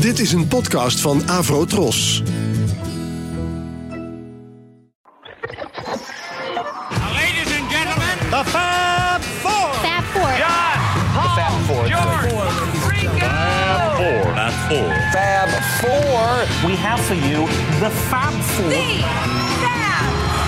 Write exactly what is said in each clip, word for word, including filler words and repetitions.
Dit is een podcast van Avro Tros. Ladies and gentlemen, The Fab Four. Fab Four. John, Paul, The Fab Four. George, Rico. Fab Four. Fab Four. Fab Four. We have for you the Fab Four. The Fab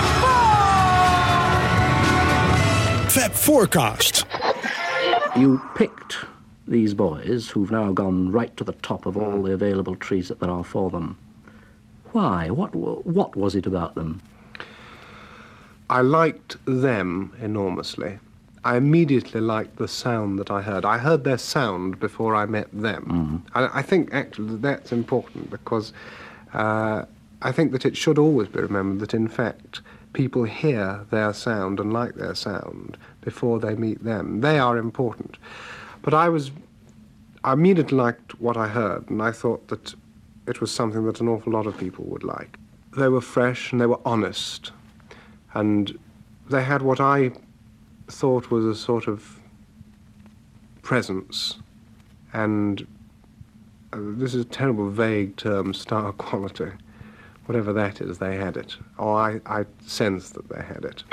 Four. Fab Forecast. You picked these boys, who've now gone right to the top of all the available trees that there are for them. Why? What, what was it about them? I liked them enormously. I immediately liked the sound that I heard. I heard their sound before I met them. Mm-hmm. I, I think actually that's important because uh, I think that it should always be remembered that in fact people hear their sound and like their sound before they meet them. They are important. But I was, I immediately liked what I heard, and I thought that it was something that an awful lot of people would like. They were fresh and they were honest, and they had what I thought was a sort of presence, and uh, this is a terrible vague term, star quality. Whatever that is, they had it. Or I, I sensed that they had it.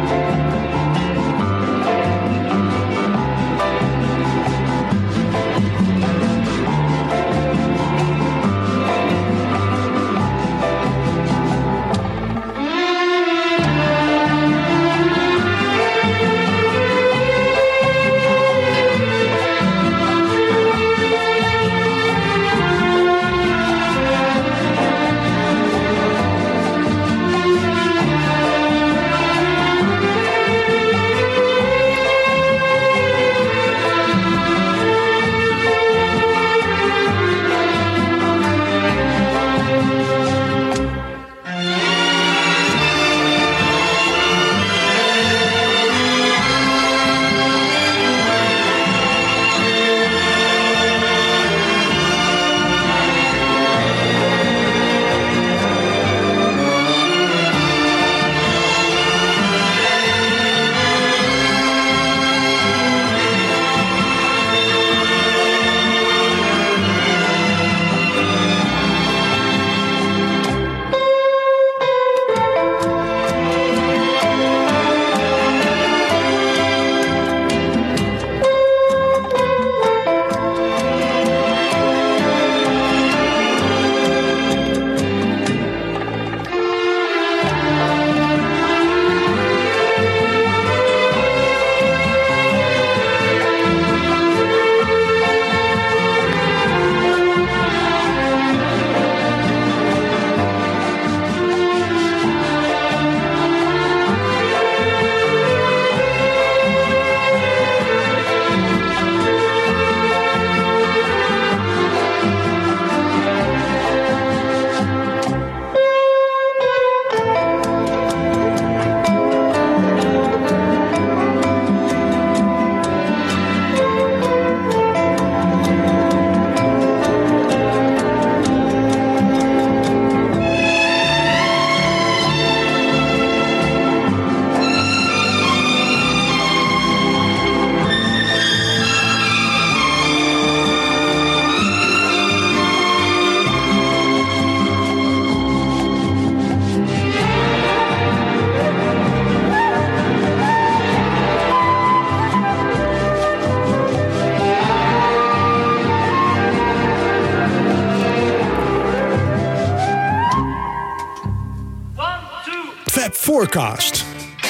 Forecast.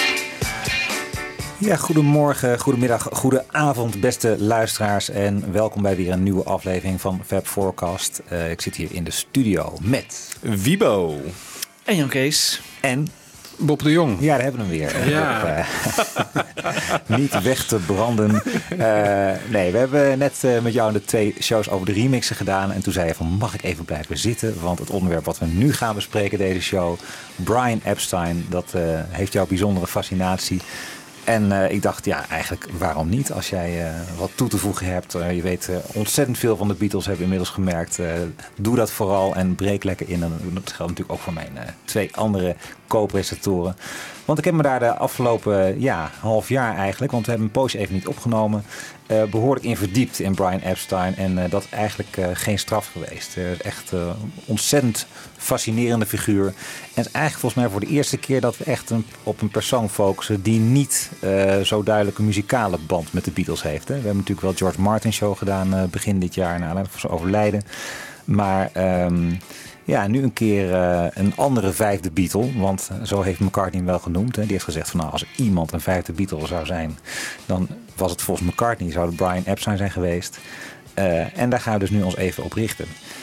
Ja, goedemorgen, goedemiddag, goedenavond beste luisteraars en welkom bij weer een nieuwe aflevering van Fab Forecast. Uh, ik zit hier in de studio met Wiebo en Jan Kees en Bob de Jong. Ja, daar hebben we hem weer. Ja. Op, uh, niet weg te branden. Uh, nee, we hebben net uh, met jou de twee shows over de remixen gedaan. En toen zei je van, mag ik even blijven zitten? Want het onderwerp wat we nu gaan bespreken, deze show, Brian Epstein, dat uh, heeft jouw bijzondere fascinatie. En uh, ik dacht, ja, eigenlijk waarom niet? Als jij uh, wat toe te voegen hebt. Uh, je weet uh, ontzettend veel van de Beatles, hebben we inmiddels gemerkt. Uh, doe dat vooral en breek lekker in. En dat geldt natuurlijk ook voor mijn uh, twee andere co-presentatoren. Want ik heb me daar de afgelopen ja, half jaar eigenlijk, want we hebben een poosje even niet opgenomen. uh, behoorlijk in verdiept in Brian Epstein. En uh, dat is eigenlijk uh, geen straf geweest. Uh, echt een uh, ontzettend fascinerende figuur. En het is eigenlijk volgens mij voor de eerste keer dat we echt een, op een persoon focussen die niet uh, zo duidelijk een muzikale band met de Beatles heeft. Hè. We hebben natuurlijk wel George Martin show gedaan uh, begin dit jaar, na aanleiding van zijn overlijden. Maar um, ja, nu een keer uh, een andere vijfde Beatle. Want zo heeft McCartney hem wel genoemd. Hè. Die heeft gezegd van nou, als er iemand een vijfde Beatle zou zijn, dan was het volgens McCartney, zou het Brian Epstein zijn geweest. Uh, en daar gaan we dus nu ons even op richten.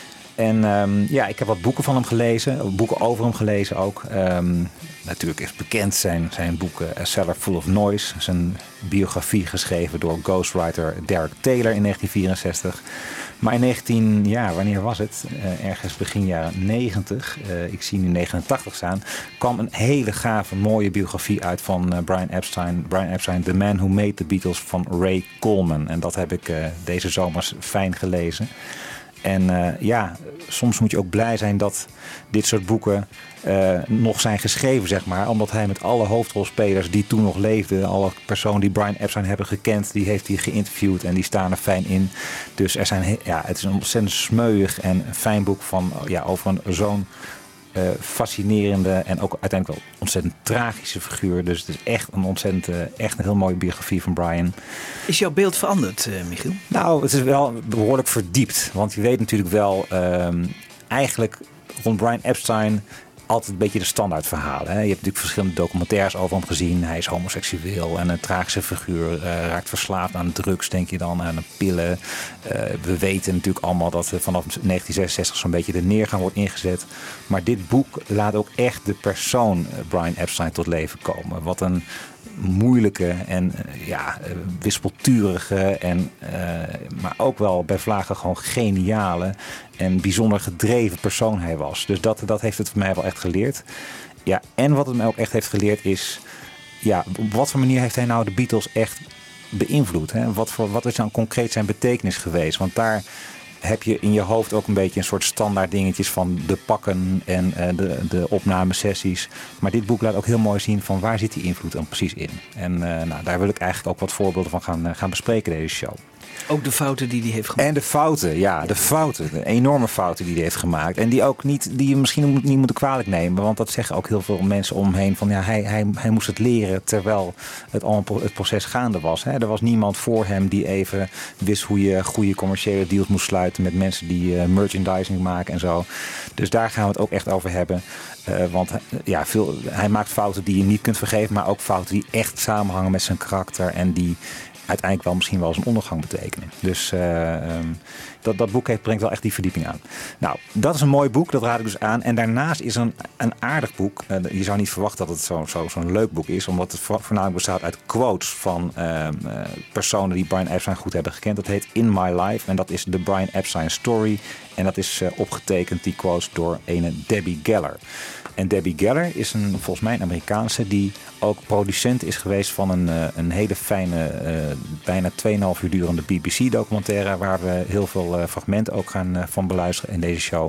En um, ja, ik heb wat boeken van hem gelezen, boeken over hem gelezen ook. Um, natuurlijk is bekend zijn, zijn boek uh, A Cellar Full of Noise. Zijn biografie geschreven door ghostwriter Derek Taylor in negentien vierenzestig. Maar in negentien, ja, wanneer was het? Uh, ergens begin jaren negentig, uh, ik zie nu negenentachtig staan, kwam een hele gave, mooie biografie uit van uh, Brian Epstein. Brian Epstein, The Man Who Made the Beatles, van Ray Coleman. En dat heb ik uh, deze zomers fijn gelezen. En uh, ja, soms moet je ook blij zijn dat dit soort boeken uh, nog zijn geschreven, zeg maar. Omdat hij met alle hoofdrolspelers die toen nog leefden, alle personen die Brian Epstein hebben gekend, die heeft hij geïnterviewd en die staan er fijn in. Dus er zijn, ja, het is een ontzettend smeuig en fijn boek van, ja, over een zo'n uh, fascinerende en ook uiteindelijk wel ontzettend tragische figuur. Dus het is echt een ontzettend, uh, echt een heel mooie biografie van Brian. Is jouw beeld veranderd, uh, Michiel? Nou, het is wel behoorlijk verdiept. Want je weet natuurlijk wel, um, eigenlijk rond Brian Epstein altijd een beetje de standaard verhalen. Hè. Je hebt natuurlijk verschillende documentaires over hem gezien. Hij is homoseksueel en een tragische figuur. Uh, raakt verslaafd aan drugs, denk je dan, aan de pillen. Uh, we weten natuurlijk allemaal dat uh, vanaf negentien zesenzestig zo'n beetje de neergang wordt ingezet. Maar dit boek laat ook echt de persoon uh, Brian Epstein tot leven komen. Wat een moeilijke en uh, ja, uh, wispelturige en uh, maar ook wel bij vlagen gewoon geniale en bijzonder gedreven persoon hij was. Dus dat, dat heeft het voor mij wel echt geleerd. Ja, en wat het mij ook echt heeft geleerd is, ja, op wat voor manier heeft hij nou de Beatles echt beïnvloed? Hè? Wat, voor, wat is nou concreet zijn betekenis geweest? Want daar heb je in je hoofd ook een beetje een soort standaard dingetjes van de pakken en uh, de, de opnamesessies. Maar dit boek laat ook heel mooi zien van waar zit die invloed dan precies in. En uh, nou, daar wil ik eigenlijk ook wat voorbeelden van gaan, uh, gaan bespreken deze show. Ook de fouten die hij heeft gemaakt. En de fouten, ja, de fouten. De enorme fouten die hij heeft gemaakt. En die ook niet, die je misschien niet moeten kwalijk nemen. Want dat zeggen ook heel veel mensen om hem heen. Van ja, hij, hij, hij moest het leren terwijl het, allemaal, het proces gaande was. Hè. Er was niemand voor hem die even wist hoe je goede commerciële deals moest sluiten met mensen die uh, merchandising maken en zo. Dus daar gaan we het ook echt over hebben. Uh, want ja, veel, hij maakt fouten die je niet kunt vergeven. Maar ook fouten die echt samenhangen met zijn karakter. En die uiteindelijk wel misschien wel zijn ondergang betekenen. Dus uh, um, dat, dat boek heeft, brengt wel echt die verdieping aan. Nou, dat is een mooi boek, dat raad ik dus aan. En daarnaast is er een, een aardig boek. Uh, je zou niet verwachten dat het zo, zo, zo'n leuk boek is, omdat het voornamelijk bestaat uit quotes van uh, uh, personen die Brian Epstein goed hebben gekend. Dat heet In My Life en dat is de Brian Epstein Story. En dat is uh, opgetekend, die quotes, door ene Debbie Geller. En Debbie Geller is een, volgens mij een Amerikaanse die ook producent is geweest van een, een hele fijne, uh, bijna twee komma vijf uur durende B B C documentaire, waar we heel veel uh, fragmenten ook gaan uh, van beluisteren in deze show.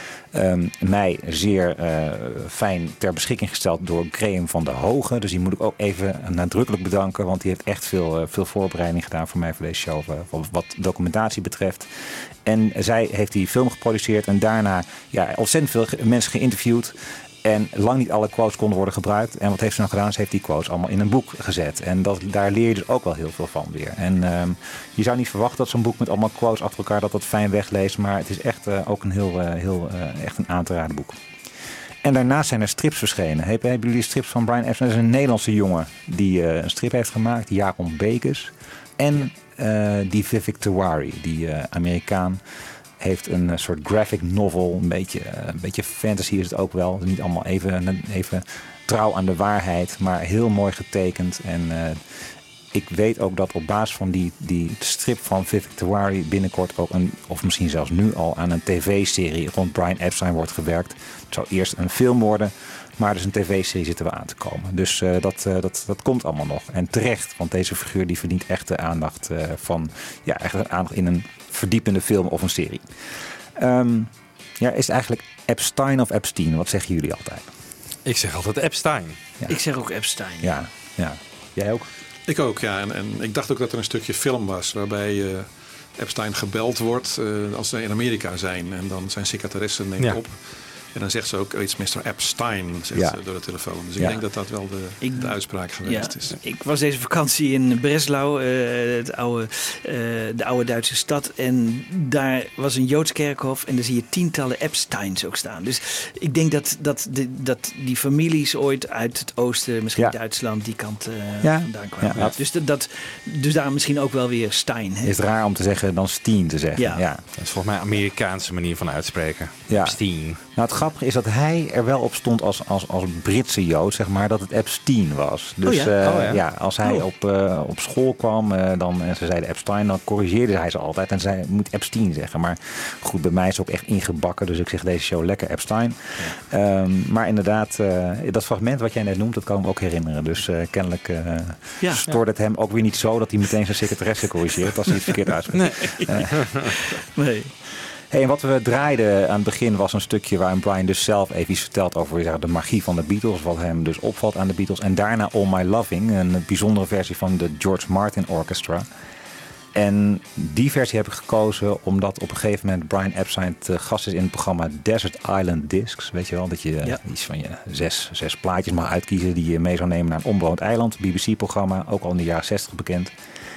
Um, mij zeer uh, fijn ter beschikking gesteld door Graham van der Hogen. Dus die moet ik ook even nadrukkelijk bedanken. Want die heeft echt veel, uh, veel voorbereiding gedaan voor mij voor deze show. Uh, wat documentatie betreft. En zij heeft die film geproduceerd. En daarna ja, ontzettend veel mensen geïnterviewd. En lang niet alle quotes konden worden gebruikt. En wat heeft ze nou gedaan? Ze heeft die quotes allemaal in een boek gezet. En dat, daar leer je dus ook wel heel veel van weer. En um, je zou niet verwachten dat zo'n boek met allemaal quotes achter elkaar dat dat fijn wegleest. Maar het is echt uh, ook een heel, uh, heel uh, echt een aan te raden boek. En daarnaast zijn er strips verschenen. Hebben, hebben jullie strips van Brian Epstein? Dat is een Nederlandse jongen die uh, een strip heeft gemaakt. Jacob Bekes. En uh, die Vivek Tiwari, die uh, Amerikaan. Heeft een soort graphic novel, een beetje, een beetje fantasy is het ook wel. Niet allemaal even, even trouw aan de waarheid, maar heel mooi getekend. En uh, ik weet ook dat op basis van die, die strip van Vivek Tiwari binnenkort ook een, of misschien zelfs nu al, aan een tv-serie rond Brian Epstein wordt gewerkt. Het zou eerst een film worden, maar dus een tv-serie zitten we aan te komen. Dus uh, dat, uh, dat, dat komt allemaal nog. En terecht, want deze figuur die verdient echt de aandacht uh, van, ja, echt aandacht in een verdiepende film of een serie. Um, ja, is het eigenlijk Epstein of Epstein? Wat zeggen jullie altijd? Ik zeg altijd Epstein. Ja. Ik zeg ook Epstein. Ja, ja. Jij ook? Ik ook, ja. En, en ik dacht ook dat er een stukje film was waarbij uh, Epstein gebeld wordt uh, als ze in Amerika zijn. En dan zijn secretaresse neemt ja. op. En dan zegt ze ook, iets mister Epstein, zegt ja. ze door de telefoon. Dus ik ja. denk dat dat wel de, ik, de uitspraak geweest ja. is. Ik was deze vakantie in Breslau, uh, het oude, uh, de oude Duitse stad. En daar was een Joods kerkhof en daar zie je tientallen Epsteins ook staan. Dus ik denk dat, dat, de, dat die families ooit uit het oosten, misschien ja. Duitsland, die kant uh, ja. vandaan kwamen. Ja. Dus, dat, dus daar misschien ook wel weer Stein. Hè? Is het raar om te zeggen dan Steen te zeggen. Ja. Ja. Dat is volgens mij een Amerikaanse manier van uitspreken. Ja. Steen. Nou, het grappige is dat hij er wel op stond als, als, als Britse Jood, zeg maar, dat het Epstein was. Dus oh ja? Uh, oh ja. Ja, als hij oh. op, uh, op school kwam uh, dan, en ze zeiden Epstein, dan corrigeerde hij ze altijd en zei, moet Epstein zeggen. Maar goed, bij mij is het ook echt ingebakken, dus ik zeg deze show lekker Epstein. Ja. Um, maar inderdaad, uh, dat fragment wat jij net noemt, dat kan ik me ook herinneren. Dus uh, kennelijk uh, ja. stoorde het hem ook weer niet zo dat hij meteen zijn secretaresse corrigeert als hij het verkeerd uitspreekt. Nee. Uh, nee. Hey, en wat we draaiden aan het begin was een stukje waarin Brian dus zelf even iets vertelt over ja, de magie van de Beatles. Wat hem dus opvalt aan de Beatles. En daarna All My Loving, een bijzondere versie van de George Martin Orchestra. En die versie heb ik gekozen omdat op een gegeven moment Brian Epstein te gast is in het programma Desert Island Discs. Weet je wel, dat je ja. iets van je zes, zes plaatjes mag uitkiezen die je mee zou nemen naar een onbewoond eiland. B B C-programma, ook al in de jaren zestig bekend.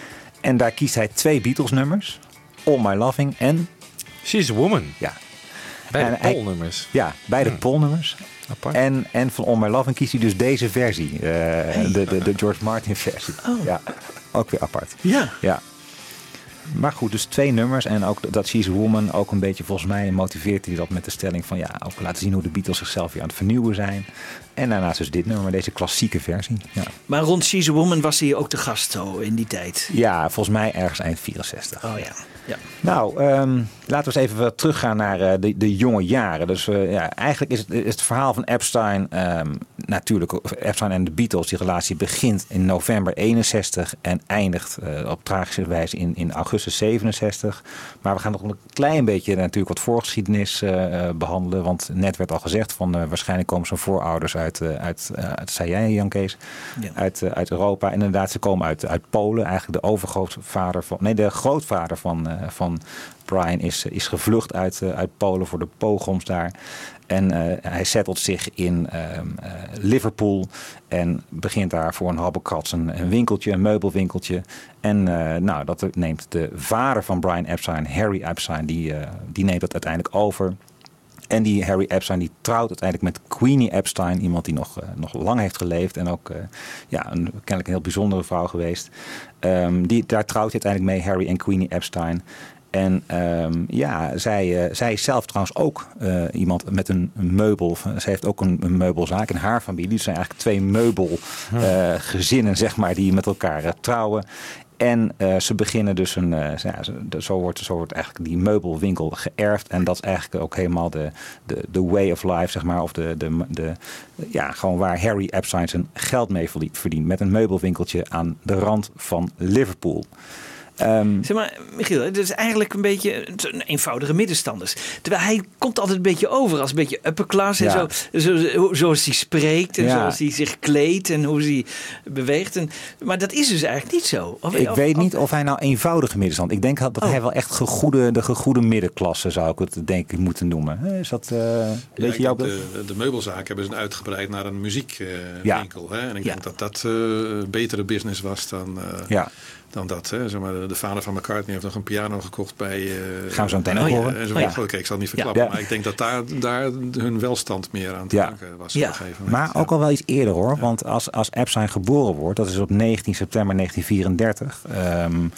En daar kiest hij twee Beatles nummers. All My Loving en... She's a Woman. Ja. Bij de Paul-nummers. Ja, bij de hmm. Paul-nummers. Apart. En, en van All My Loving kiest hij dus deze versie. Uh, hey. de, de, de George Martin versie. Oh. Ja, ook weer apart. Ja. Ja. Maar goed, dus twee nummers. En ook dat She's a Woman ook een beetje volgens mij motiveert hij dat met de stelling van ja, ook laten zien hoe de Beatles zichzelf weer aan het vernieuwen zijn. En daarnaast dus dit nummer, deze klassieke versie. Ja. Maar rond She's a Woman was hij ook de gast zo in die tijd? Ja, volgens mij ergens eind vierenzestig. Oh ja. Ja. Nou, um, laten we eens even teruggaan naar uh, de, de jonge jaren. Dus uh, ja, eigenlijk is het, is het verhaal van Epstein, um, natuurlijk Epstein en de Beatles, die relatie begint in november eenenzestig en eindigt uh, op tragische wijze in, in augustus zevenenzestig. Maar we gaan nog een klein beetje natuurlijk wat voorgeschiedenis uh, behandelen, want net werd al gezegd van uh, waarschijnlijk komen zijn voorouders uit, uh, uit, uh, uit zei jij Jan Kees, ja. uit, uh, uit Europa. En inderdaad, ze komen uit, uit Polen, eigenlijk de overgrootvader van, nee de grootvader van uh, van Brian is, is gevlucht uit, uh, uit Polen voor de pogroms daar. En uh, hij settelt zich in uh, uh, Liverpool en begint daar voor een habbekrats een, een winkeltje, een meubelwinkeltje. En uh, nou, dat neemt de vader van Brian Epstein, Harry Epstein, die, uh, die neemt dat uiteindelijk over. En die Harry Epstein die trouwt uiteindelijk met Queenie Epstein. Iemand die nog, uh, nog lang heeft geleefd. En ook uh, ja, een, kennelijk een heel bijzondere vrouw geweest. Um, die, daar trouwt hij uiteindelijk mee, Harry en Queenie Epstein. En um, ja, zij, uh, zij is zelf trouwens ook uh, iemand met een, een meubel. Ze heeft ook een, een meubelzaak in haar familie. Het zijn eigenlijk twee meubelgezinnen, uh, zeg maar, die met elkaar uh, trouwen. En uh, ze beginnen dus een, uh, ja, zo, wordt, zo wordt eigenlijk die meubelwinkel geërfd. En dat is eigenlijk ook helemaal de, de, de way of life, zeg maar. Of de, de, de, ja, gewoon waar Harry Epstein zijn geld mee verdient. Met een meubelwinkeltje aan de rand van Liverpool. Um, zeg maar, Michiel, het is eigenlijk een beetje een eenvoudige middenstanders. Terwijl hij komt altijd een beetje over als een beetje upper class. Ja. En zo, zo, zoals hij spreekt en ja. zoals hij zich kleedt en hoe hij beweegt. En, maar dat is dus eigenlijk niet zo. Of, ik of, weet of, niet of hij nou eenvoudige middenstand. Ik denk dat oh. hij wel echt gegoede, de gegoede middenklasse zou ik het denk ik moeten noemen. Is dat, uh, ja, weet je jouw de, de meubelzaak hebben ze uitgebreid naar een muziekwinkel. Uh, ja. En ik ja. denk dat dat uh, betere business was dan... Uh, ja. Dan dat, hè. Zeg maar, de vader van McCartney heeft nog een piano gekocht bij... Uh, Gaan we zo meteen nog horen. En zo, oh, ja. Oké, okay, ik zal het niet verklappen. Ja. Maar ik denk dat daar, daar hun welstand meer aan te ja. danken was. Ja. Op een gegeven moment. Maar ook al wel iets eerder hoor. Ja. Want als, als Epstein geboren wordt, dat is op negentien september negentien vierendertig... Um,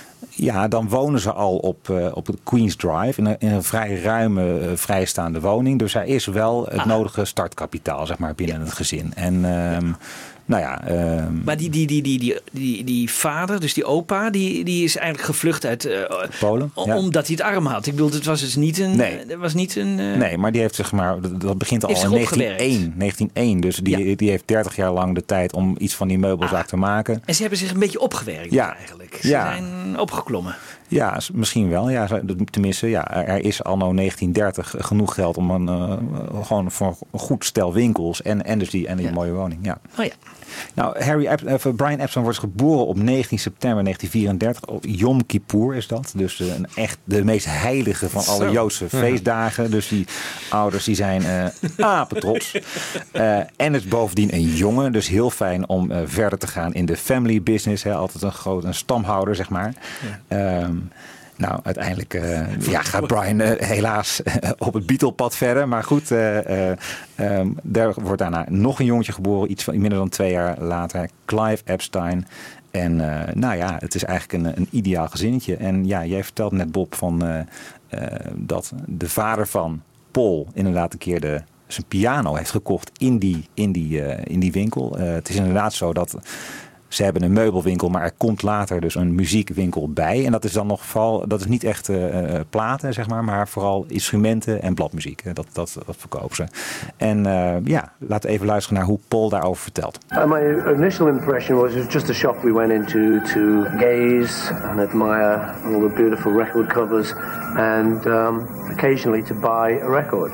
ja, dan wonen ze al op, uh, op de Queen's Drive. In een, in een vrij ruime, uh, vrijstaande woning. Dus er is wel het ah. nodige startkapitaal, zeg maar, binnen ja. het gezin. En... Um, ja. Nou ja, um... maar die, die, die, die, die, die, die vader, dus die opa, die, die is eigenlijk gevlucht uit uh, Polen. Ja. Omdat hij het arm had. Ik bedoel, het was dus niet een. Nee, uh, was niet een, uh... nee maar die heeft zeg maar. Dat begint al in negentien oh één. Dus die, ja. die heeft dertig jaar lang de tijd om iets van die meubelzaak ah. te maken. En ze hebben zich een beetje opgewerkt ja. eigenlijk. Ze ja. zijn opgeklommen. Ja, misschien wel. Ja, tenminste, ja, er is anno negentien dertig genoeg geld om een, uh, gewoon voor een goed stel winkels en, en dus die, en die ja. mooie woning. Ja. Oh ja. Nou, Harry Ep- uh, Brian Epstein wordt geboren op negentien september negentien vierendertig. Op Yom Kippur is dat. Dus uh, een echt de meest heilige van alle Zo. Joodse feestdagen. Dus die ouders die zijn uh, apetrots. Uh, en het is bovendien een jongen. Dus heel fijn om uh, verder te gaan in de family business. Hè. Altijd een groot een stamhouder, zeg maar. Ja. Um, Nou, uiteindelijk uh, ja, gaat Brian uh, helaas uh, op het Beatle-pad verder. Maar goed, uh, uh, um, er wordt daarna nog een jongetje geboren. Iets van minder dan twee jaar later. Clive Epstein. En uh, nou ja, het is eigenlijk een, een ideaal gezinnetje. En ja, jij vertelt net, Bob, van, uh, uh, dat de vader van Paul inderdaad een keer de, zijn piano heeft gekocht in die, in die, uh, in die winkel. Uh, het is inderdaad zo dat... Ze hebben een meubelwinkel, maar er komt later dus een muziekwinkel bij. En dat is dan nog vooral, dat is niet echt uh, platen, zeg maar, maar vooral instrumenten en bladmuziek. Dat, dat, dat verkopen ze. En uh, ja, laten we even luisteren naar hoe Paul daarover vertelt. Uh, my initial impression was it was just a shop we went into to gaze and admire all the beautiful record covers and um, occasionally to buy a record.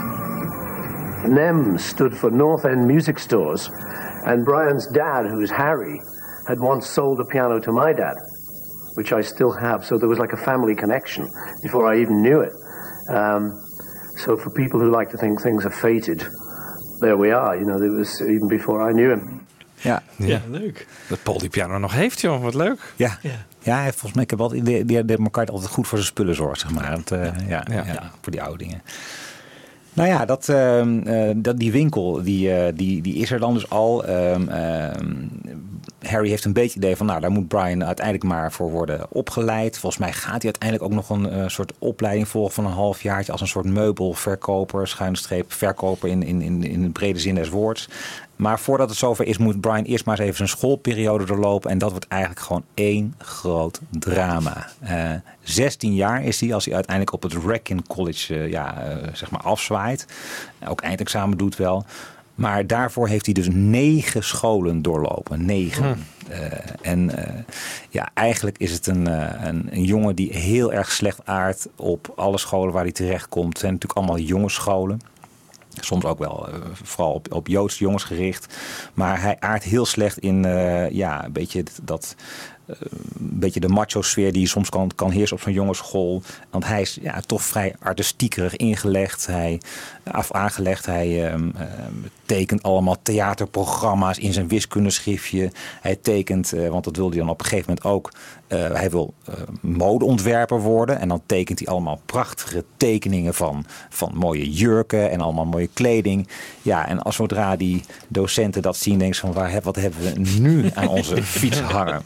N E M stood for North End Music Stores. And Brian's dad, who's Harry, had once sold a piano to my dad, which I still have. So there was like a family connection before I even knew it. Um, so for people who like to think things are fated, there we are. You know, it was even before I knew him. Ja, ja. ja leuk. Dat Paul die piano nog heeft, joh. Wat leuk. Ja, ja. ja volgens mij, ik heb altijd die, die, die elkaar altijd goed voor zijn spullen zorgt, zeg maar. Want, uh, ja, ja, ja. Ja, voor die oude dingen. Nou ja, dat, uh, uh, dat, die winkel die, uh, die, die is er dan dus al. Um, uh, Harry heeft een beetje het idee van, nou, daar moet Brian uiteindelijk maar voor worden opgeleid. Volgens mij gaat hij uiteindelijk ook nog een uh, soort opleiding volgen van een halfjaartje als een soort meubelverkoper, schuine streep verkoper in, in, in, in de brede zin des woords. Maar voordat het zover is, moet Brian eerst maar eens even zijn schoolperiode doorlopen. En dat wordt eigenlijk gewoon één groot drama. Uh, zestien jaar is hij als hij uiteindelijk op het Wrekin College uh, ja, uh, zeg maar afzwaait. Ook eindexamen doet wel. Maar daarvoor heeft hij dus negen scholen doorlopen. Negen. Hmm. Uh, en uh, ja, eigenlijk is het een, uh, een, een jongen die heel erg slecht aardt op alle scholen waar hij terecht komt. Het zijn natuurlijk allemaal jongensscholen. Soms ook wel uh, vooral op, op Joodse jongens gericht. Maar hij aardt heel slecht in uh, ja, een beetje dat... Uh, een beetje de macho-sfeer die soms kan, kan heersen op zo'n jongensschool. Want hij is ja, toch vrij artistiekerig ingelegd. Hij, af aangelegd. Hij um, uh, tekent allemaal theaterprogramma's in zijn wiskundeschriftje. Hij tekent, uh, want dat wilde hij dan op een gegeven moment ook. Uh, hij wil uh, modeontwerper worden. En dan tekent hij allemaal prachtige tekeningen van, van mooie jurken en allemaal mooie kleding. Ja, en als zodra die docenten dat zien, denken ze van, waar, wat hebben we nu aan onze fiets hangen?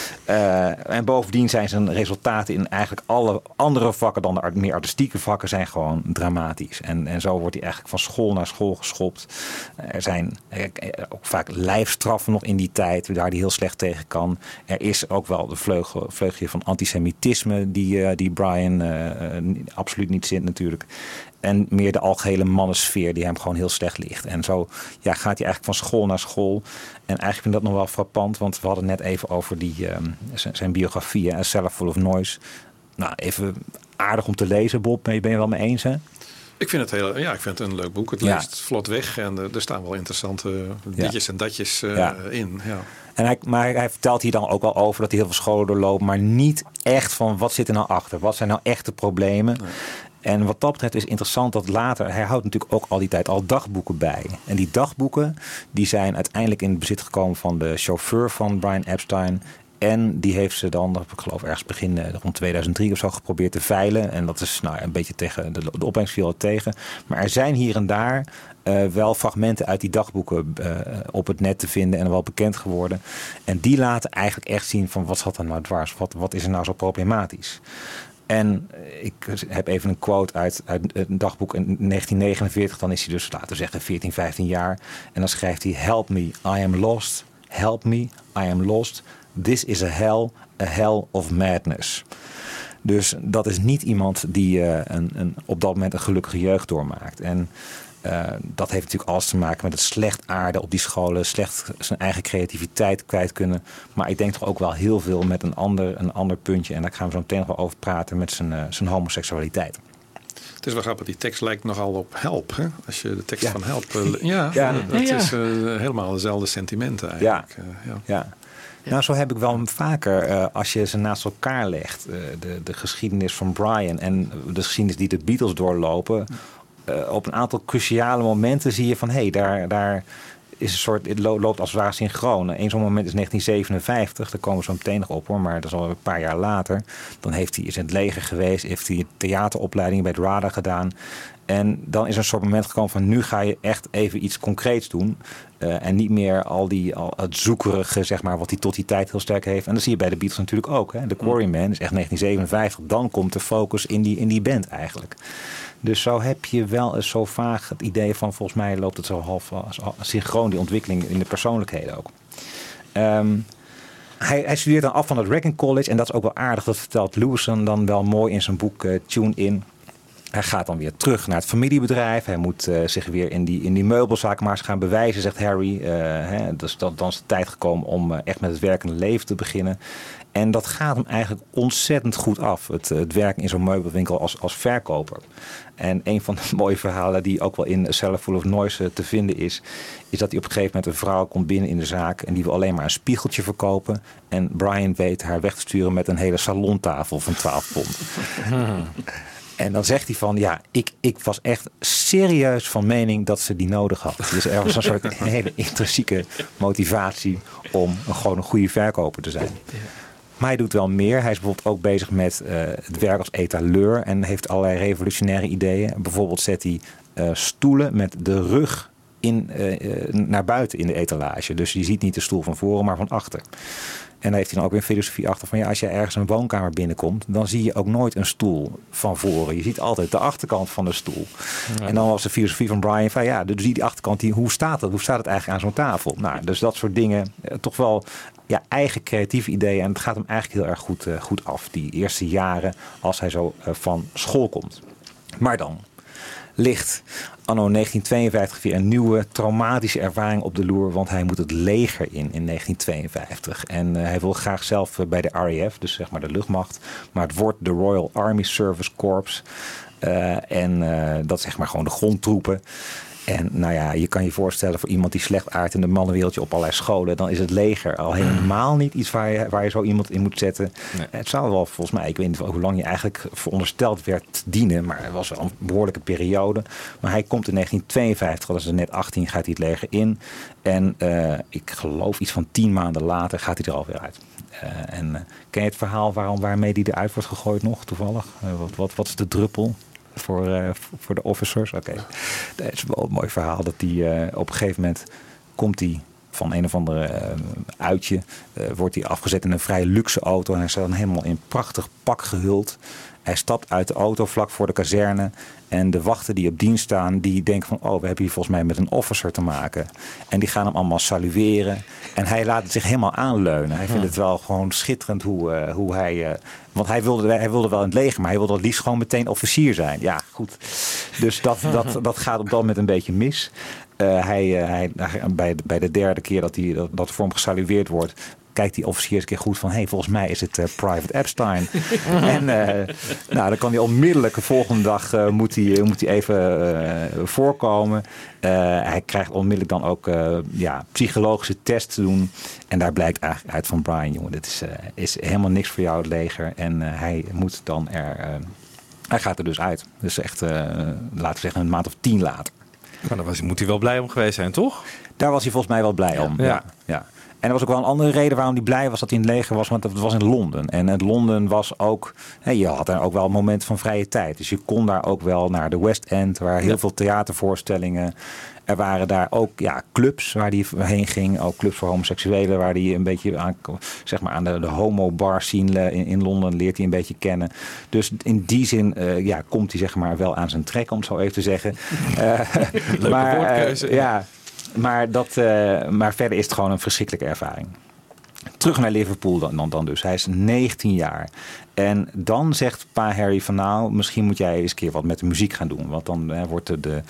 Uh, en bovendien zijn zijn resultaten in eigenlijk alle andere vakken dan de meer artistieke vakken zijn gewoon dramatisch. En, en zo wordt hij eigenlijk van school naar school geschopt. Er zijn ook vaak lijfstraffen nog in die tijd, waar hij heel slecht tegen kan. Er is ook wel de vleugel, vleugje van antisemitisme die, uh, die Brian uh, absoluut niet zint natuurlijk. En meer de algehele mannensfeer die hem gewoon heel slecht ligt. En zo ja, gaat hij eigenlijk van school naar school. En eigenlijk vind ik dat nog wel frappant. Want we hadden net even over die, um, zijn, zijn biografie. A Cellar Full of Noise. Nou, even aardig om te lezen, Bob. Ben je, ben je wel mee eens, hè? Ik vind het heel, ja, ik vind het een leuk boek. Het ja. leest vlot weg. En uh, er staan wel interessante ditjes ja. en datjes uh, ja. in. Ja. En hij, maar hij vertelt hier dan ook wel over dat hij heel veel scholen doorloopt. Maar niet echt van wat zit er nou achter? Wat zijn nou echte problemen? Nee. En wat dat betreft is interessant dat later... hij houdt natuurlijk ook al die tijd al dagboeken bij. En die dagboeken die zijn uiteindelijk in het bezit gekomen van de chauffeur van Brian Epstein. En die heeft ze dan, ik geloof ergens begin rond tweeduizend drie of zo geprobeerd te veilen. En dat is nou een beetje tegen, de, de opbrengst viel tegen. Maar er zijn hier en daar uh, wel fragmenten uit die dagboeken uh, op het net te vinden en wel bekend geworden. En die laten eigenlijk echt zien van wat zat er nou dwars? Wat, wat is er nou zo problematisch? En ik heb even een quote uit, uit een dagboek in negentien negenenveertig. Dan is hij dus, laten we zeggen, veertien, vijftien jaar. En dan schrijft hij: Help me, I am lost. Help me, I am lost. This is a hell, a hell of madness. Dus dat is niet iemand die uh, een, een, op dat moment een gelukkige jeugd doormaakt. En Uh, dat heeft natuurlijk alles te maken met het slecht aarden op die scholen. Slecht zijn eigen creativiteit kwijt kunnen. Maar ik denk toch ook wel heel veel met een ander, een ander puntje. En daar gaan we zo meteen nog wel over praten met zijn, uh, zijn homoseksualiteit. Het is wel grappig, die tekst lijkt nogal op Help. Hè? Als je de tekst Ja. van Help... Uh, ja, ja, dat ja. is uh, helemaal dezelfde sentimenten eigenlijk. Ja. Uh, ja. ja. Ja. Nou, zo heb ik wel vaker, uh, als je ze naast elkaar legt... Uh, de, de geschiedenis van Brian en de geschiedenis die de Beatles doorlopen... Uh, op een aantal cruciale momenten zie je van... hé, hey, daar, daar is een soort... het loopt als het ware synchroon. Eén zo'n moment is negentien zevenenvijftig. Daar komen we zo meteen nog op, hoor. Maar dat is al een paar jaar later. Dan heeft hij, is in het leger geweest. Heeft hij een theateropleiding bij het RADA gedaan. En dan is er een soort moment gekomen van... nu ga je echt even iets concreets doen... Uh, en niet meer al die al het zoekerige, zeg maar, wat hij tot die tijd heel sterk heeft. En dat zie je bij de Beatles natuurlijk ook. Hè. The Quarrymen is echt negentien zevenenvijftig. Dan komt de focus in die, in die band eigenlijk. Dus zo heb je wel eens zo vaag het idee van... volgens mij loopt het zo half synchroon, die ontwikkeling in de persoonlijkheden ook. Um, hij, hij studeert dan af van het Reading College. En dat is ook wel aardig. Dat vertelt Lewisohn dan wel mooi in zijn boek uh, Tune In. Hij gaat dan weer terug naar het familiebedrijf. Hij moet uh, zich weer in die, in die meubelzaak maar eens gaan bewijzen, zegt Harry. Uh, hè, dus dat, dan is de tijd gekomen om uh, echt met het werkende leven te beginnen. En dat gaat hem eigenlijk ontzettend goed af. Het, het werken in zo'n meubelwinkel als, als verkoper. En een van de mooie verhalen die ook wel in A Cellar Full of Noise uh, te vinden is... is dat hij op een gegeven moment een vrouw komt binnen in de zaak... en die wil alleen maar een spiegeltje verkopen. En Brian weet haar weg te sturen met een hele salontafel van twaalf pond. Hmm. En dan zegt hij van, ja, ik, ik was echt serieus van mening dat ze die nodig had. Dus er was een soort hele intrinsieke motivatie om gewoon een goede verkoper te zijn. Maar hij doet wel meer. Hij is bijvoorbeeld ook bezig met uh, het werk als etaleur en heeft allerlei revolutionaire ideeën. Bijvoorbeeld zet hij uh, stoelen met de rug in, uh, naar buiten in de etalage. Dus je ziet niet de stoel van voren, maar van achter. En daar heeft hij dan ook weer een filosofie achter van... ja, als je ergens een woonkamer binnenkomt... dan zie je ook nooit een stoel van voren. Je ziet altijd de achterkant van de stoel. Ja. En dan was de filosofie van Brian van... ja, dus die achterkant, die, hoe staat het? Hoe staat het eigenlijk aan zo'n tafel? Nou, dus dat soort dingen. Eh, toch wel ja, eigen creatieve ideeën. En het gaat hem eigenlijk heel erg goed, uh, goed af. Die eerste jaren als hij zo uh, van school komt. Maar dan... ligt anno negentien tweeënvijftig weer een nieuwe traumatische ervaring op de loer. Want hij moet het leger in in negentien tweeënvijftig. En uh, hij wil graag zelf uh, bij de R A F, dus zeg maar de luchtmacht. Maar het wordt de Royal Army Service Corps. Uh, en uh, dat is zeg maar gewoon de grondtroepen. En nou ja, je kan je voorstellen voor iemand die slecht aardt in de mannenwereldje op allerlei scholen, dan is het leger al helemaal niet iets waar je, waar je zo iemand in moet zetten. Nee. Het zou wel volgens mij, ik weet niet hoe lang je eigenlijk verondersteld werd dienen, maar het was wel een behoorlijke periode. Maar hij komt in negentien tweeënvijftig, dat is net achttien, gaat hij het leger in. En uh, ik geloof iets van tien maanden later gaat hij er alweer uit. Uh, en uh, ken je het verhaal waarom, waarmee hij eruit wordt gegooid nog toevallig? Uh, wat, wat, wat is de druppel? Voor, uh, voor de officers. Oké. Okay. Dat is wel een mooi verhaal. Dat die uh, op een gegeven moment komt hij van een of andere uh, uitje. Uh, wordt hij afgezet in een vrij luxe auto. En hij staat dan helemaal in prachtig pak gehuld. Hij stapt uit de auto vlak voor de kazerne. En de wachten die op dienst staan, die denken van... oh, we hebben hier volgens mij met een officer te maken. En die gaan hem allemaal salueren. En hij laat het zich helemaal aanleunen. Hij vindt het wel gewoon schitterend hoe, uh, hoe hij... Uh, want hij wilde, hij wilde wel in het leger, maar hij wilde het liefst gewoon meteen officier zijn. Ja, goed. Dus dat, dat, dat gaat op dat moment een beetje mis. Uh, hij, uh, hij, bij, bij de derde keer dat, hij, dat, dat voor hem gesalueerd wordt... kijkt die officier eens een keer goed van... hé, hey, volgens mij is het uh, Private Epstein. En uh, nou, dan kan hij onmiddellijk de volgende dag... Uh, moet, hij, moet hij even uh, voorkomen. Uh, hij krijgt onmiddellijk dan ook uh, ja, psychologische tests te doen. En daar blijkt eigenlijk uit van... Brian, jongen, dit is, uh, is helemaal niks voor jou, het leger. En uh, hij moet dan er... Uh, hij gaat er dus uit. Dus echt, uh, laten we zeggen, een maand of tien later. Maar daar was, moet hij wel blij om geweest zijn, toch? Daar was hij volgens mij wel blij om, ja. ja, ja. En er was ook wel een andere reden waarom hij blij was dat hij in het leger was. Want het was in Londen. En in Londen was ook... Hey, je had er ook wel een moment van vrije tijd. Dus je kon daar ook wel naar de West End. Waar heel ja. veel theatervoorstellingen. Er waren daar ook ja, clubs waar hij heen ging. Ook clubs voor homoseksuelen. Waar hij een beetje aan, zeg maar aan de, de homo-bar scene in, in Londen leert hij een beetje kennen. Dus in die zin uh, ja, komt hij zeg maar wel aan zijn trek. Om het zo even te zeggen. Uh, Leuke maar, woordkeuze. Uh, ja. Maar, dat, uh, maar verder is het gewoon een verschrikkelijke ervaring. Terug naar Liverpool dan, dan, dan dus. Hij is negentien jaar. En dan zegt pa Harry van nou, misschien moet jij eens een keer wat met de muziek gaan doen. Want dan uh, wordt de, de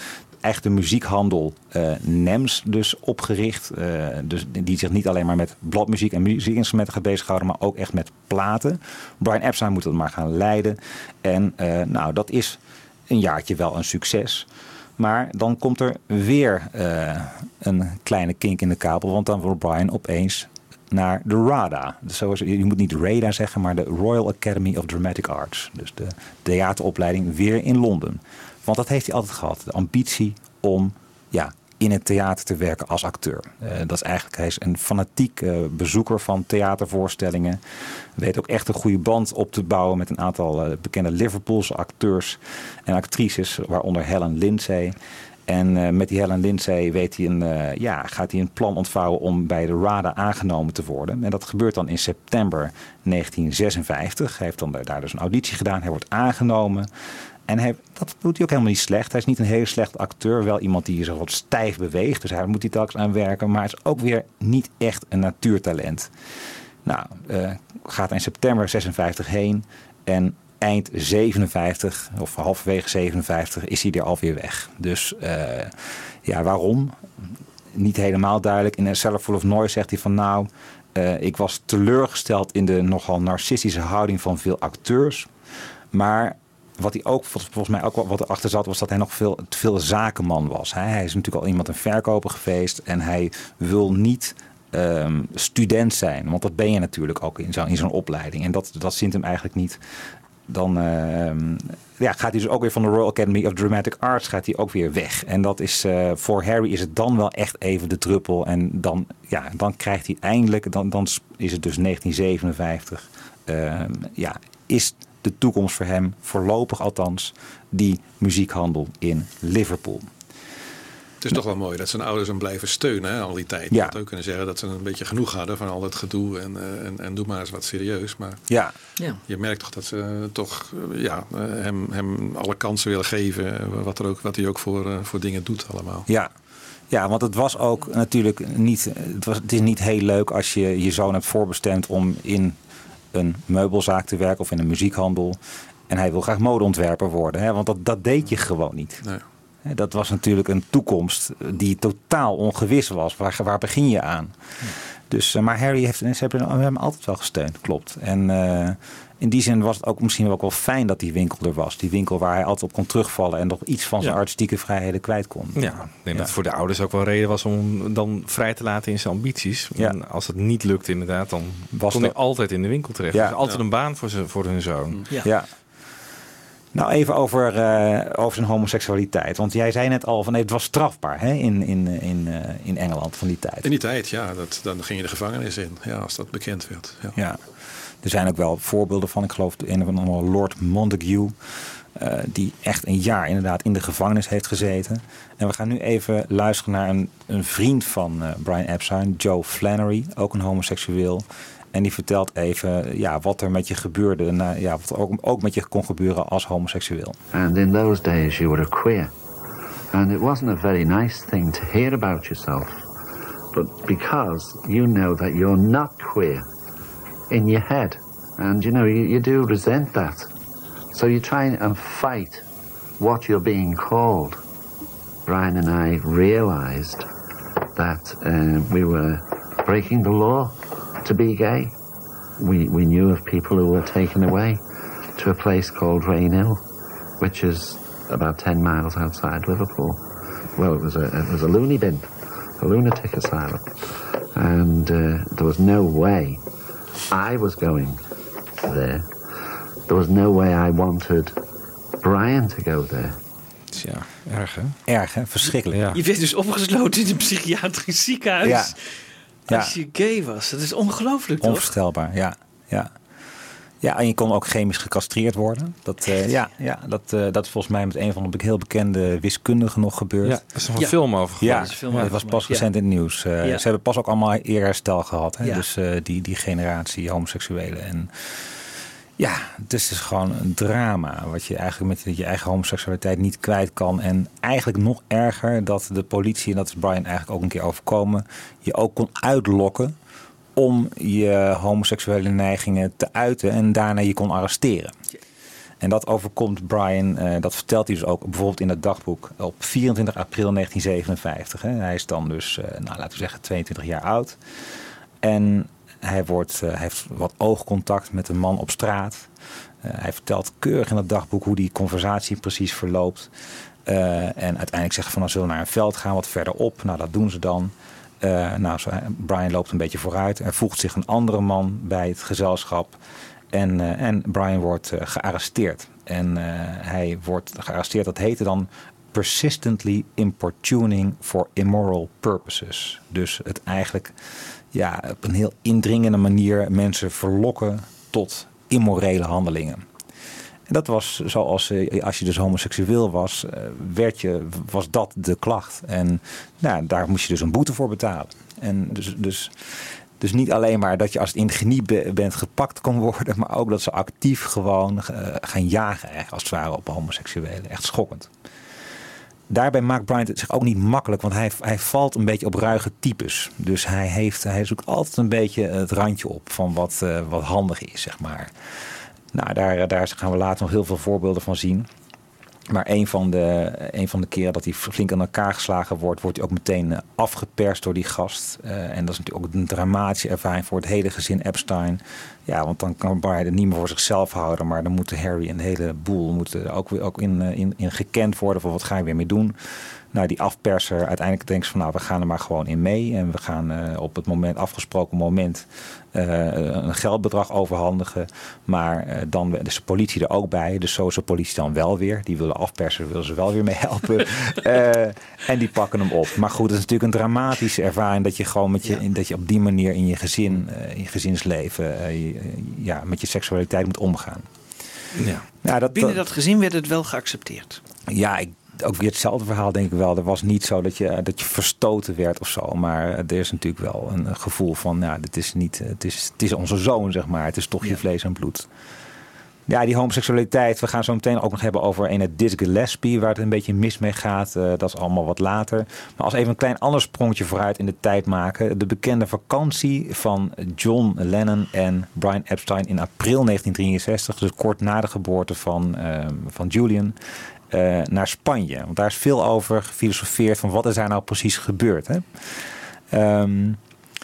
echt de muziekhandel uh, N E M S dus opgericht. Uh, dus die zich niet alleen maar met bladmuziek en muziekinstrumenten gaat bezighouden, maar ook echt met platen. Brian Epstein moet dat maar gaan leiden. En uh, nou, dat is een jaartje wel een succes. Maar dan komt er weer uh, een kleine kink in de kabel, want dan wordt Brian opeens naar de RADA. Dus zoals, je moet niet RADA zeggen, maar de Royal Academy of Dramatic Arts. Dus de theateropleiding weer in Londen. Want dat heeft hij altijd gehad. De ambitie om ja, in het theater te werken als acteur. Uh, dat is eigenlijk, hij is een fanatiek uh, bezoeker van theatervoorstellingen. Weet ook echt een goede band op te bouwen met een aantal uh, bekende Liverpoolse acteurs en actrices, waaronder Helen Lindsay. En uh, met die Helen Lindsay weet hij een, uh, ja, gaat hij een plan ontvouwen om bij de RADA aangenomen te worden. En dat gebeurt dan in september negentien zesenvijftig. Hij heeft dan daar dus een auditie gedaan. Hij wordt aangenomen. En hij, dat doet hij ook helemaal niet slecht. Hij is niet een hele slechte acteur. Wel iemand die zich wat stijf beweegt. Dus daar moet hij telkens aan werken. Maar hij is ook weer niet echt een natuurtalent. Nou, uh, gaat in september zesenvijftig heen. En eind zevenenvijftig, of halverwege zevenenvijftig, is hij er alweer weg. Dus uh, ja, waarom? Niet helemaal duidelijk. In A Cellar Full of Noise zegt hij van nou, uh, ik was teleurgesteld in de nogal narcistische houding van veel acteurs. Maar wat hij ook, volgens mij ook wat erachter zat, was dat hij nog veel, te veel zakenman was. Hij is natuurlijk al iemand een verkoper geweest en hij wil niet um, student zijn. Want dat ben je natuurlijk ook in zo'n, in zo'n opleiding. En dat, dat zint hem eigenlijk niet. Dan uh, ja, gaat hij dus ook weer van de Royal Academy of Dramatic Arts gaat hij ook weer weg. En dat is uh, voor Harry is het dan wel echt even de druppel. En dan, ja, dan krijgt hij eindelijk, dan, dan is het dus negentien zevenenvijftig. Uh, ja, is de toekomst voor hem, voorlopig althans, die muziekhandel in Liverpool. Het is toch wel mooi dat zijn ouders hem blijven steunen hè, al die tijd. Je Ja. had ook kunnen zeggen dat ze een beetje genoeg hadden van al dat gedoe en, uh, en, en doe maar eens wat serieus. Maar Ja. Ja. je merkt toch dat ze uh, toch uh, ja, uh, hem, hem alle kansen willen geven. Uh, wat, er ook, wat hij ook voor, uh, voor dingen doet allemaal. Ja. Ja, want het was ook natuurlijk niet, het, was, het is niet heel leuk als je je zoon hebt voorbestemd om in een meubelzaak te werken of in een muziekhandel. En hij wil graag modeontwerper worden. Hè? Want dat, dat deed je gewoon niet. Nee. Dat was natuurlijk een toekomst die totaal ongewis was. Waar, waar begin je aan? Ja. Dus, maar Harry heeft, ze hebben hem altijd wel gesteund, klopt. En uh, in die zin was het ook misschien ook wel fijn dat die winkel er was. Die winkel waar hij altijd op kon terugvallen en nog iets van zijn ja. artistieke vrijheden kwijt kon. Ja, ik denk ja. dat het voor de ouders ook wel reden was om hem dan vrij te laten in zijn ambities. Ja. En als het niet lukt inderdaad, dan was kon hij altijd in de winkel terecht. Ja. Dus altijd ja. een baan voor, zijn, voor hun zoon. Ja. ja. Nou, even over, uh, over zijn homoseksualiteit. Want jij zei net al van nee, het was strafbaar hè, in, in, in, uh, in Engeland van die tijd. In die tijd, ja. Dat, dan ging je de gevangenis in, ja, als dat bekend werd. Ja. ja. Er zijn ook wel voorbeelden van, ik geloof een of andere Lord Montague, uh, die echt een jaar inderdaad in de gevangenis heeft gezeten. En we gaan nu even luisteren naar een, een vriend van uh, Brian Epstein, Joe Flannery, ook een homoseksueel. En die vertelt even ja, wat er met je gebeurde. En, ja, wat ook, ook met je kon gebeuren als homoseksueel. And in those days you were a queer. And it wasn't a very nice thing to hear about yourself. But because you know that you're not queer in your head. And you know, you, you do resent that. So you try and fight what you're being called. Brian and I realized that uh, we were breaking the law. To be gay. We we knew of people who were taken away to a place called Rain Hill, which is about ten miles outside Liverpool. Well, it was a it was a loony bin, a lunatic asylum, and uh, there was no way I was going there. There was no way I wanted Brian to go there. Ja, erg hè? Erg hè? Verschrikkelijk. Ja. Je werd dus opgesloten in een psychiatrisch ziekenhuis. Ja. Als je gay was. Dat is ongelooflijk, toch? Onvoorstelbaar, ja. ja. Ja, en je kon ook chemisch gecastreerd worden. Dat, uh, ja, ja, dat, uh, dat is volgens mij met een van de heel bekende wiskundigen nog gebeurd. Ja, er is nog een ja. film over gemaakt. Ja, ja, dat was pas recent ja. in het nieuws. Uh, ja. Ze hebben pas ook allemaal eerherstel gehad. Hè? Ja. Dus uh, die, die generatie homoseksuelen. En ja, dus het is gewoon een drama. Wat je eigenlijk met je eigen homoseksualiteit niet kwijt kan. En eigenlijk nog erger dat de politie, en dat is Brian eigenlijk ook een keer overkomen, je ook kon uitlokken om je homoseksuele neigingen te uiten en daarna je kon arresteren. En dat overkomt Brian, uh, dat vertelt hij dus ook bijvoorbeeld in het dagboek op vierentwintig april negentien zevenenvijftig. Hè. Hij is dan dus, uh, nou, laten we zeggen, tweeëntwintig jaar oud. En hij, wordt, uh, hij heeft wat oogcontact met een man op straat. Uh, hij vertelt keurig in het dagboek hoe die conversatie precies verloopt. Uh, en uiteindelijk zegt van, nou, zullen we naar een veld gaan, wat verderop. Nou, dat doen ze dan. Uh, nou, zo, Brian loopt een beetje vooruit. Er voegt zich een andere man bij het gezelschap. En, uh, en Brian wordt uh, gearresteerd. En uh, hij wordt gearresteerd, dat heette dan persistently importuning for immoral purposes. Dus het eigenlijk ja, op een heel indringende manier mensen verlokken tot immorele handelingen. En dat was zoals, uh, als je dus homoseksueel was, uh, werd je, was dat de klacht. En nou, daar moest je dus een boete voor betalen. En dus... dus Dus niet alleen maar dat je als het in het geniep bent gepakt kon worden, maar ook dat ze actief gewoon uh, gaan jagen, eigenlijk, als het ware, op homoseksuelen. Echt schokkend. Daarbij maakt Brian het zich ook niet makkelijk, want hij, hij valt een beetje op ruige types. Dus hij, heeft, hij zoekt altijd een beetje het randje op van wat, uh, wat handig is, zeg maar. Nou, daar, daar gaan we later nog heel veel voorbeelden van zien. Maar een van, de, een van de keren dat hij flink aan elkaar geslagen wordt, wordt hij ook meteen afgeperst door die gast. Uh, en dat is natuurlijk ook een dramatische ervaring voor het hele gezin Epstein. Ja, want dan kan Brian het niet meer voor zichzelf houden, maar dan moeten Harry en de hele boel moeten ook, ook in, in, in gekend worden van wat ga je weer mee doen. Nou, die afperser, uiteindelijk denkt ze van, nou, we gaan er maar gewoon in mee. En we gaan uh, op het moment, afgesproken moment uh, een geldbedrag overhandigen. Maar uh, dan is de politie er ook bij. Dus zo is de politie dan wel weer. Die willen afpersen, willen ze wel weer mee helpen. uh, en die pakken hem op. Maar goed, het is natuurlijk een dramatische ervaring dat je gewoon met je, ja. dat je op die manier in je gezin, uh, in je gezinsleven, uh, je, ja, met je seksualiteit moet omgaan. Ja. Ja, dat, Binnen dat gezin werd het wel geaccepteerd. Ja, ik ook weer hetzelfde verhaal, denk ik wel. Er was niet zo dat je, dat je verstoten werd of zo. Maar er is natuurlijk wel een gevoel van, nou, dit is niet, het is, het is onze zoon, zeg maar. Het is toch je ja. vlees en bloed. Ja, die homoseksualiteit. We gaan zo meteen ook nog hebben over een Dizzy Gillespie, waar het een beetje mis mee gaat. Uh, dat is allemaal wat later. Maar als even een klein ander sprongetje vooruit in de tijd maken. De bekende vakantie van John Lennon en Brian Epstein in april negentien drieënzestig. Dus kort na de geboorte van, uh, van Julian. Uh, naar Spanje. Want daar is veel over gefilosofeerd van wat is daar nou precies gebeurd. Hè? Um,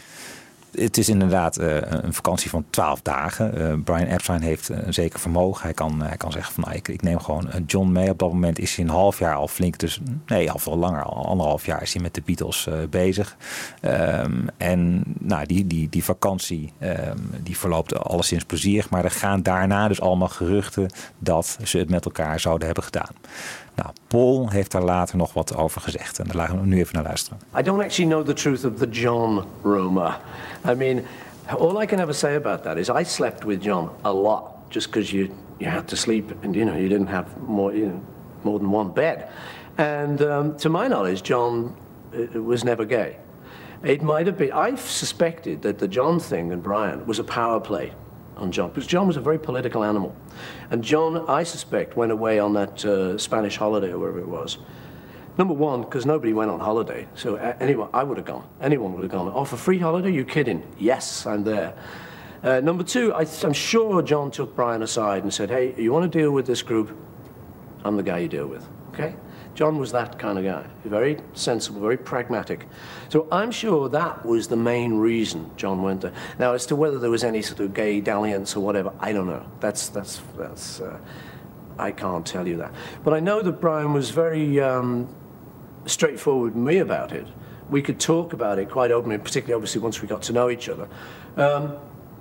het is inderdaad uh, een vakantie van twaalf dagen. Uh, Brian Epstein heeft een zeker vermogen. Hij kan, hij kan zeggen van nou, ik, ik neem gewoon John mee. Op dat moment is hij een half jaar al flink. Dus nee, al veel langer. Al anderhalf jaar is hij met de Beatles uh, bezig. Um, en nou, die, die, die vakantie um, die verloopt alleszins plezierig. Maar er gaan daarna dus allemaal geruchten dat ze het met elkaar zouden hebben gedaan. Nou, Paul heeft daar later nog wat over gezegd. En daar laten we nu even naar luisteren. I don't actually know the truth of the John rumor. I mean, all I can ever say about that is I slept with John a lot. Just because you, you had to sleep and, you know, you didn't have more, you know, more than one bed. And um, to my knowledge, John uh, was never gay. It might have been, I suspected that the John thing and Brian was a power play on John, because John was a very political animal. And John, I suspect, went away on that uh, Spanish holiday or wherever it was. Number one, because nobody went on holiday. So uh, anyone, I would have gone. Anyone would have gone. Oh, for free holiday? You kidding? Yes, I'm there. Uh, number two, I, I'm sure John took Brian aside and said, hey, you want to deal with this group? I'm the guy you deal with, okay? John was that kind of guy, very sensible, very pragmatic. So I'm sure that was the main reason John went there. Now, as to whether there was any sort of gay dalliance or whatever, I don't know. That's that's that's. Uh, I can't tell you that. But I know that Brian was very um, straightforward with me about it. We could talk about it quite openly, particularly obviously once we got to know each other. Um,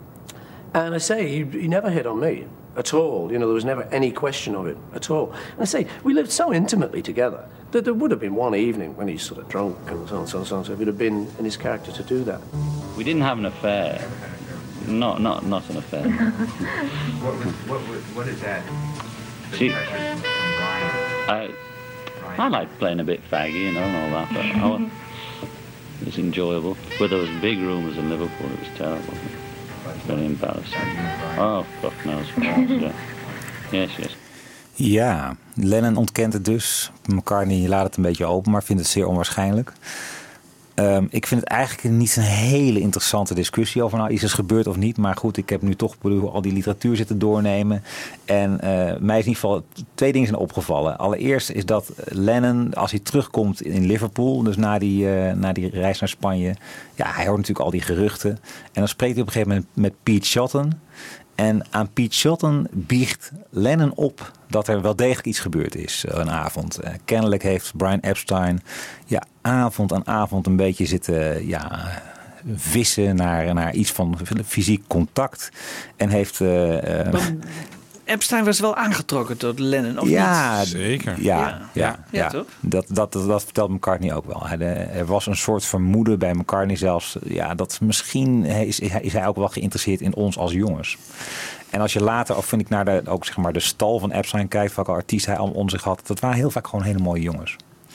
and I say he, he never hit on me. At all, you know, there was never any question of it at all. And I say, we lived so intimately together that there would have been one evening when he's sort of drunk and so on, so on, so on. So it would have been in his character to do that. We didn't have an affair. Not, not, not an affair. what, was, what, was, what is that? The She, pressures on Brian? I, I liked playing a bit faggy, you know, and all that, but I, it was enjoyable. But there was big rumours in Liverpool. It was terrible. Very embarrassing. Oh, fuck knows. Yeah. Yes, yes. Ja, Lennon ontkent het dus. McCartney laat het een beetje open, maar vindt het zeer onwaarschijnlijk. Um, ik vind het eigenlijk niet een hele interessante discussie over nou iets is gebeurd of niet. Maar goed, ik heb nu toch bedoel, al die literatuur zitten doornemen. En uh, mij is in ieder geval twee dingen zijn opgevallen. Allereerst is dat Lennon, als hij terugkomt in Liverpool, dus na die, uh, na die reis naar Spanje. Ja, hij hoort natuurlijk al die geruchten. En dan spreekt hij op een gegeven moment met Pete Shotton. En aan Pete Shotton biecht Lennon op dat er wel degelijk iets gebeurd is uh, een avond. Uh, kennelijk heeft Brian Epstein ja, avond aan avond een beetje zitten ja, vissen naar, naar iets van fysiek contact. En heeft... Uh, uh, Epstein was wel aangetrokken tot Lennon, of ja, niet? Zeker. Ja, Ja. ja, Ja, ja. toch? Dat, dat, dat, dat vertelt McCartney ook wel. Hij, de, er was een soort vermoeden bij McCartney zelfs. Ja, dat misschien is, is hij ook wel geïnteresseerd in ons als jongens. En als je later, of vind ik naar de, ook zeg maar de stal van Epstein kijkt, welke artiest hij allemaal om zich had, dat waren heel vaak gewoon hele mooie jongens.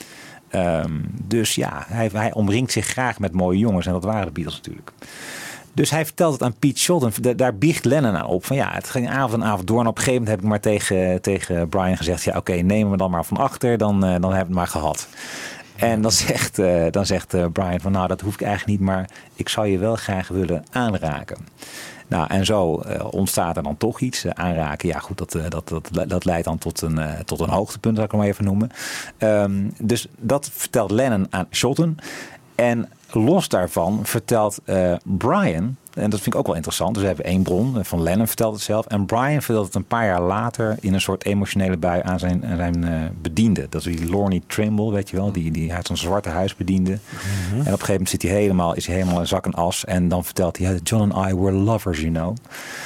Um, dus ja, hij, hij omringt zich graag met mooie jongens en dat waren de Beatles natuurlijk. Dus hij vertelt het aan Pete Shotton. Daar biecht Lennon aan op. Van ja, het ging avond en avond door. En op een gegeven moment heb ik maar tegen, tegen Brian gezegd. Ja, oké, okay, neem me dan maar van achter. Dan, uh, dan hebben we het maar gehad. En dan zegt, uh, dan zegt uh, Brian van nou, dat hoef ik eigenlijk niet. Maar ik zou je wel graag willen aanraken. Nou, en zo uh, ontstaat er dan toch iets. Uh, aanraken, ja goed, dat, uh, dat, dat, dat leidt dan tot een, uh, tot een hoogtepunt, zal ik hem maar even noemen. Um, dus dat vertelt Lennon aan Shotton. En los daarvan vertelt uh, Brian, en dat vind ik ook wel interessant. Dus we hebben één bron, van Lennon vertelt het zelf. En Brian vertelt het een paar jaar later in een soort emotionele bui aan zijn, aan zijn uh, bediende. Dat is die Lorne Trimble, weet je wel. Die, die, hij had zo'n zwarte huisbediende. Mm-hmm. En op een gegeven moment zit hij helemaal, is hij helemaal in zak en as. En dan vertelt hij, John and I were lovers, you know.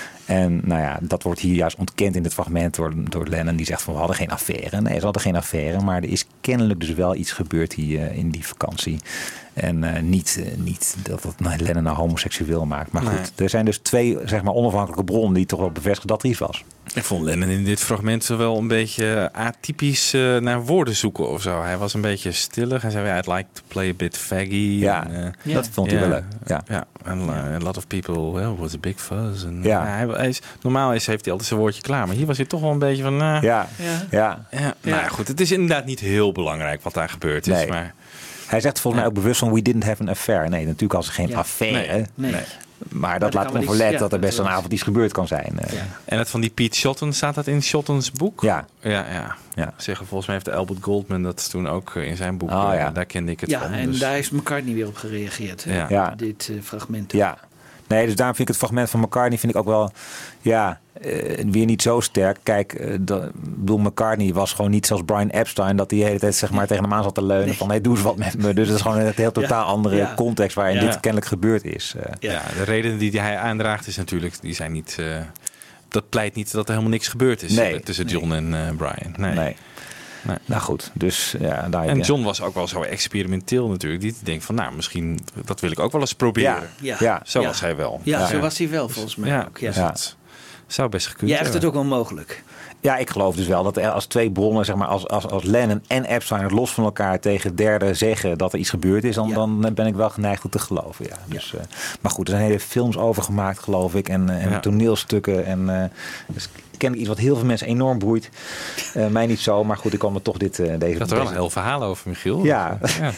En nou ja, dat wordt hier juist ontkend in dit fragment door, door Lennon. Die zegt van we hadden geen affaire. Nee, ze hadden geen affaire. Maar er is kennelijk dus wel iets gebeurd hier uh, in die vakantie. En uh, niet, uh, niet dat het nou, Lennon nou homoseksueel maakt. Maar goed, nee. Er zijn dus twee zeg maar, onafhankelijke bronnen die toch wel bevestigen dat er iets was. Ik vond Lennon in dit fragment wel een beetje atypisch uh, naar woorden zoeken of zo. Hij was een beetje stillig. Hij zei, yeah, I'd like to play a bit faggy. Ja, en, uh, ja. dat vond hij yeah, wel leuk. Ja, ja. And, uh, a lot of people, well, was a big fuzz. En, ja. uh, hij, hij is, normaal is, heeft hij altijd zijn woordje klaar. Maar hier was hij toch wel een beetje van... Uh, ja. Ja. Ja. Ja. Nou ja, goed. Het is inderdaad niet heel belangrijk wat daar gebeurd is. Nee. Maar, hij zegt volgens mij ook bewust van we didn't have an affair. Nee, natuurlijk als er geen ja. affaire. Nee. Nee. Nee. Maar dat maar laat onverlet ja, dat er best een avond iets gebeurd kan zijn. Ja. En het van die Pete Shotton, staat dat in Shottons boek? Ja. Ja, ja. ja. Zeggen, volgens mij heeft Albert Goldman dat toen ook in zijn boek. Oh, ja. Daar kende ik het ja, van. En dus. daar is McCartney weer op gereageerd. Ja. Ja. Dit uh, fragment. Ja. Nee, dus daarom vind ik het fragment van McCartney vind ik ook wel, ja, uh, weer niet zo sterk. Kijk, uh, de, bedoel, McCartney was gewoon niet zoals Brian Epstein, dat hij de hele tijd zeg maar tegen hem aan zat te leunen nee. van, hey, doe eens wat met me. Dus dat is gewoon een heel totaal ja. andere ja. context waarin ja. dit kennelijk gebeurd is. Uh. Ja. ja, de redenen die hij aandraagt is natuurlijk, die zijn niet, uh, dat pleit niet dat er helemaal niks gebeurd is nee. tussen John nee. en uh, Brian. Nee. nee. Nee. Nou goed, dus ja, daar en John was ook wel zo experimenteel natuurlijk. Die denkt van, nou, misschien dat wil ik ook wel eens proberen. Ja, ja. ja. Zo ja. was hij wel. Ja, ja, zo was hij wel volgens mij ja. ook. Ja. Dus ja. Dat zou best gekund hebben. Jij hebt het ook wel mogelijk. Ja, ik geloof dus wel dat er als twee bronnen, zeg maar, als, als, als Lennon en Epstein het los van elkaar tegen derden zeggen dat er iets gebeurd is, dan, ja. dan ben ik wel geneigd om te geloven. Ja. Dus, ja. Uh, maar goed, er zijn hele films over gemaakt, geloof ik, en, en ja. toneelstukken. En, uh, dus ken ik iets wat heel veel mensen enorm boeit. Uh, mij niet zo, maar goed, ik kwam er toch dit, uh, deze... Je had er wel een heel verhaal over, Michiel. Ja. ja.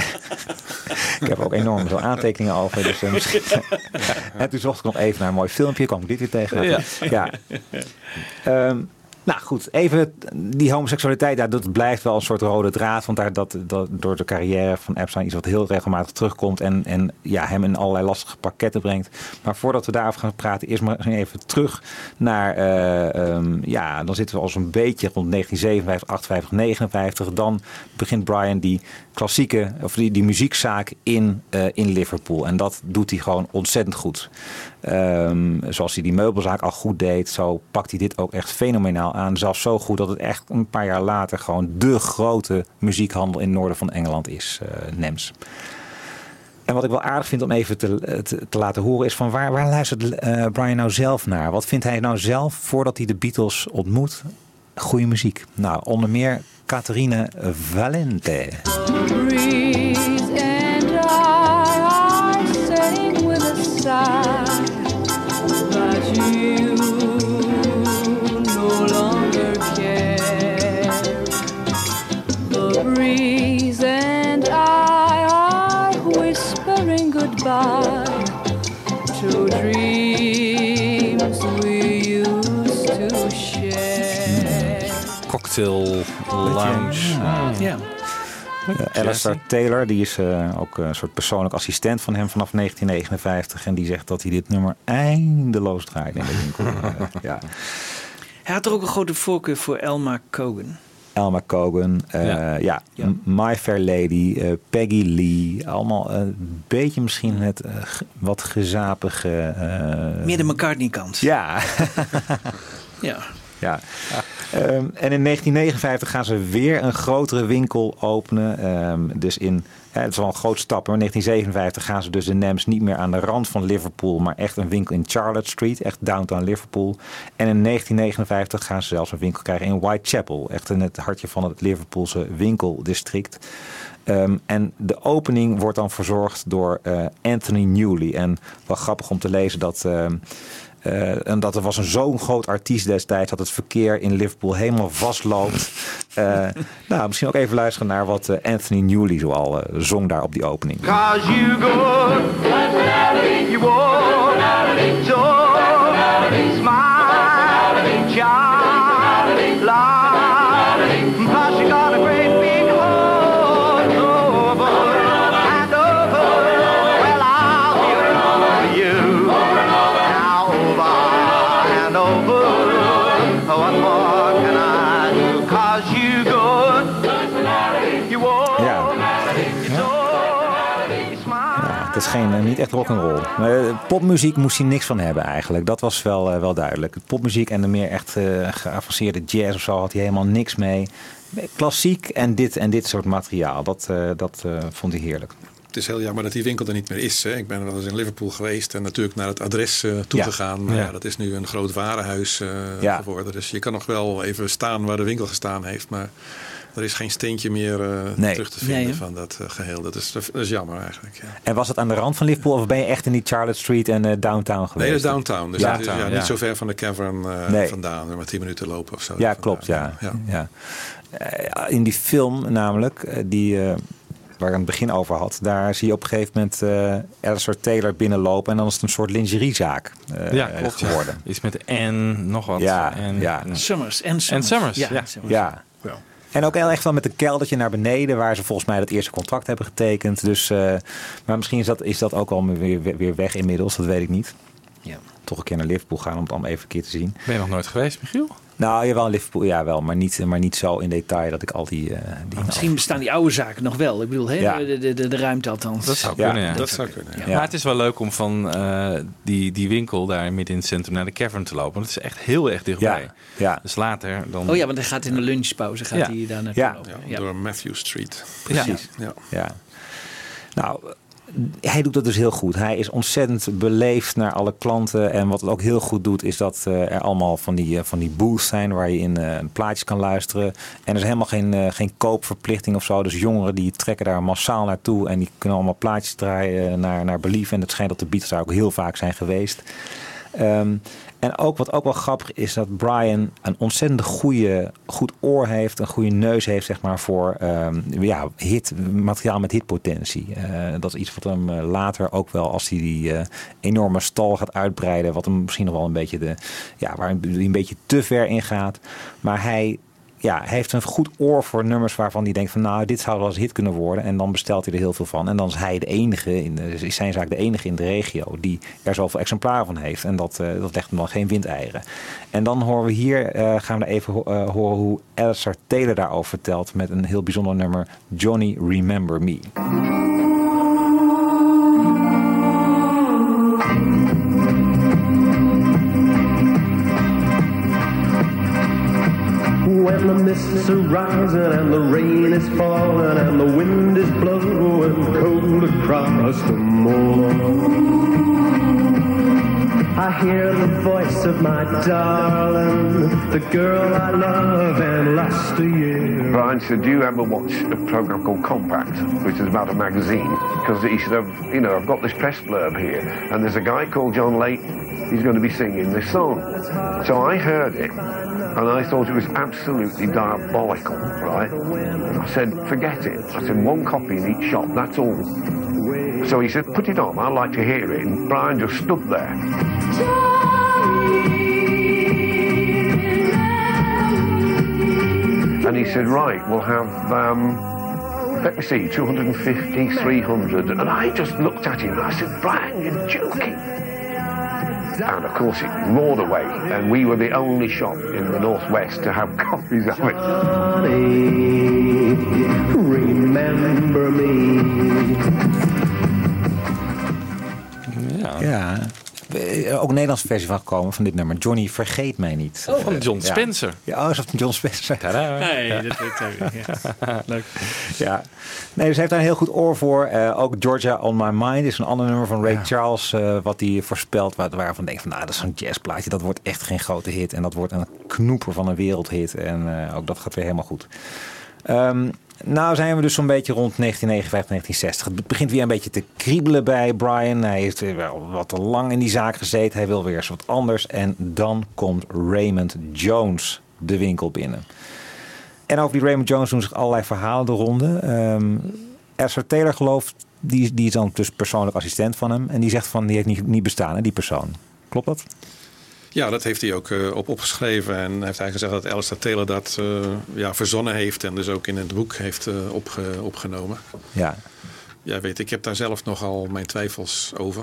Ik heb ook enorm veel aantekeningen over. Dus, uh, ja. En toen zocht ik nog even naar een mooi filmpje. Kwam ik dit weer tegen. Ja. ja. Um, Nou goed, even die homoseksualiteit, ja, dat blijft wel een soort rode draad. Want daar, dat, dat, door de carrière van Epstein iets wat heel regelmatig terugkomt. En, en ja, hem in allerlei lastige pakketten brengt. Maar voordat we daarover gaan praten, eerst maar even terug naar... Uh, um, ja, dan zitten we al zo'n beetje rond negentien zevenenvijftig, achtenvijftig, negenenvijftig. Dan begint Brian die klassieke, of die, die muziekzaak in, uh, in Liverpool. En dat doet hij gewoon ontzettend goed. Um, zoals hij die meubelzaak al goed deed, zo pakt hij dit ook echt fenomenaal aan. Zelfs zo goed dat het echt een paar jaar later gewoon de grote muziekhandel in het noorden van Engeland is, uh, N E M S. En wat ik wel aardig vind om even te, te, te laten horen is van waar, waar luistert uh, Brian nou zelf naar? Wat vindt hij nou zelf voordat hij de Beatles ontmoet? Goede muziek. Nou, onder meer Caterina Valente. But you no longer care. The breeze and I are whispering Lounge. Ja. ja. Uh, Alistair Taylor, die is uh, ook een soort persoonlijk assistent van hem vanaf negentien negenenvijftig. En die zegt dat hij dit nummer eindeloos draait in de winkel. uh, ja. Hij had er ook een grote voorkeur voor Elma Cogan. Elma Cogan, uh, ja. Ja, ja. My Fair Lady, uh, Peggy Lee. Allemaal een beetje misschien het uh, wat gezapige... Uh... Meer de McCartney-kant. Ja. ja. Ja. Um, en in negentien negenenvijftig gaan ze weer een grotere winkel openen. Um, dus in, hè, het is wel een groot stap. Maar in negentien zevenenvijftig gaan ze dus de Nams niet meer aan de rand van Liverpool, maar echt een winkel in Charlotte Street, echt downtown Liverpool. En in negentien negenenvijftig gaan ze zelfs een winkel krijgen in Whitechapel, echt in het hartje van het Liverpoolse winkeldistrict. Um, en de opening wordt dan verzorgd door uh, Anthony Newley. En wel grappig om te lezen dat... Uh, Uh, en dat er was een zo'n groot artiest destijds dat het verkeer in Liverpool helemaal vastloopt. Uh, nou, misschien ook even luisteren naar wat uh, Anthony Newley zoal uh, zong daar op die opening. Cause you go, you walk, talk, smile, child, laugh, cause you got a great big heart over and over. Well, I'll be over you. What more can I do? Cause you go, you walk, ja. Ja, het is geen, niet echt rock'n'roll. Popmuziek moest hij niks van hebben eigenlijk. Dat was wel, uh, wel duidelijk. Popmuziek en de meer echt uh, geavanceerde jazz of zo had hij helemaal niks mee. Klassiek en dit en dit soort materiaal. Dat, uh, dat uh, vond hij heerlijk. Het is heel jammer dat die winkel er niet meer is. Hè. Ik ben wel eens in Liverpool geweest en natuurlijk naar het adres uh, toegegaan. Ja. Maar ja. Ja, dat is nu een groot warenhuis uh, ja. geworden. Dus je kan nog wel even staan waar de winkel gestaan heeft. Maar er is geen steentje meer uh, nee. terug te vinden nee, van dat uh, geheel. Dat is, dat is jammer eigenlijk. Ja. En was het aan de rand van Liverpool of ben je echt in die Charlotte Street en uh, downtown geweest? Nee, de downtown. Dus ja. dat is, ja, ja. niet zo ver van de Cavern uh, nee. vandaan. Maar tien minuten lopen of zo. Ja, klopt. Ja. Ja. Ja. Uh, in die film namelijk, uh, die... Uh, waar ik aan het begin over had. Daar zie je op een gegeven moment uh, Alistair Taylor binnenlopen. En dan is het een soort lingeriezaak uh, ja, klopt, geworden. Ja. Iets met en nog wat. Ja, en, ja. Summers. En Summers. En Summers, ja. ja. Summers. ja. ja. En ook echt wel met een keldertje naar beneden. Waar ze volgens mij dat eerste contract hebben getekend. Dus, uh, maar misschien is dat, is dat ook al weer, weer weg inmiddels. Dat weet ik niet. Ja. Toch een keer naar Liverpool gaan om het allemaal even een keer te zien. Ben je nog nooit geweest, Michiel? Nou, jawel, in Liverpool, ja wel, maar niet, maar niet zo in detail dat ik al die... Uh, die misschien bestaan die oude zaken nog wel. Ik bedoel, hè? Ja. De, de, de, de ruimte althans. Dat zou ja, kunnen, ja. Dat, dat zou kunnen, ja. Ja. Maar het is wel leuk om van uh, die, die winkel daar midden in het centrum naar de Cavern te lopen. Want het is echt heel erg dichtbij. Ja. Ja. Dus later dan... Oh ja, want hij gaat in de lunchpauze gaat ja. hij daar naartoe ja. lopen. Ja, door Matthew Street. Precies. Ja. Ja. Ja. Nou... Hij doet dat dus heel goed. Hij is ontzettend beleefd naar alle klanten. En wat het ook heel goed doet, is dat uh, er allemaal van die, uh, van die booths zijn waar je in uh, plaatjes kan luisteren. En er is helemaal geen, uh, geen koopverplichting of zo. Dus jongeren die trekken daar massaal naartoe. En die kunnen allemaal plaatjes draaien naar, naar belief. En het schijnt dat de Beatles daar ook heel vaak zijn geweest. Um, En ook wat ook wel grappig is dat Brian een ontzettend goede, goed oor heeft, een goede neus heeft zeg maar voor um, ja, hit, materiaal met hitpotentie. Uh, dat is iets wat hem uh, later ook wel als hij die uh, enorme stal gaat uitbreiden, wat hem misschien nog wel een beetje de, ja, waar hij een beetje te ver in gaat. Maar hij Ja, hij heeft een goed oor voor nummers waarvan hij denkt van nou, dit zou wel eens hit kunnen worden. En dan bestelt hij er heel veel van. En dan is hij de enige, in de, is zijn zaak de enige in de regio die er zoveel exemplaren van heeft. En dat, uh, dat legt hem dan geen windeieren. En dan horen we hier, uh, gaan we even ho- uh, horen hoe Alistair Taylor daarover vertelt met een heel bijzonder nummer, Johnny Remember Me. When the mists are rising and the rain is falling and the wind is blowing cold across the moor, I hear the voice of my darling, the girl I love and lost a year. Brian said, do you ever watch a program called Compact, which is about a magazine? Because he said, I've, you know, I've got this press blurb here, and there's a guy called John Layton. He's going to be singing this song. So I heard it, and I thought it was absolutely diabolical, right? I said, forget it. I said, one copy in each shop, that's all. So he said, put it on, I'd like to hear it. And Brian just stood there. And he said, right, we'll have, um, let me see, two hundred fifty, three hundred. And I just looked at him and I said, Brian, you're joking. And of course it roared away, and we were the only shop in the Northwest to have copies of it. Remember me. Ja. ja. Ook een Nederlandse versie van gekomen van dit nummer. Johnny Vergeet Mij Niet. Oh, van John Spencer. Ja, oh, is dat van John Spencer? Nee, dat weet ik ja. Leuk. Ja. Nee, dus hij heeft daar een heel goed oor voor. Uh, ook Georgia on My Mind is een ander nummer van Ray ja. Charles. Uh, wat hij voorspelt. Waar, waarvan denk van, nou, dat is zo'n jazzplaatje. Dat wordt echt geen grote hit. En dat wordt een knoeper van een wereldhit. En uh, ook dat gaat weer helemaal goed. Um, nou zijn we dus zo'n beetje rond negentien negenenvijftig, negentien zestig. Het begint weer een beetje te kriebelen bij Brian. Hij heeft weer wel wat te lang in die zaak gezeten. Hij wil weer eens wat anders. En dan komt Raymond Jones de winkel binnen. En over die Raymond Jones doen zich allerlei verhalen de ronde. Um, Ezra Taylor gelooft, die, die is dan dus persoonlijk assistent van hem. En die zegt van, die heeft niet, niet bestaan, hè, die persoon. Klopt dat? Ja, dat heeft hij ook uh, op opgeschreven. En hij heeft eigenlijk gezegd dat Alistair Taylor dat uh, ja, verzonnen heeft. En dus ook in het boek heeft uh, opge, opgenomen. Ja. Ja, weet ik heb daar zelf nogal mijn twijfels over.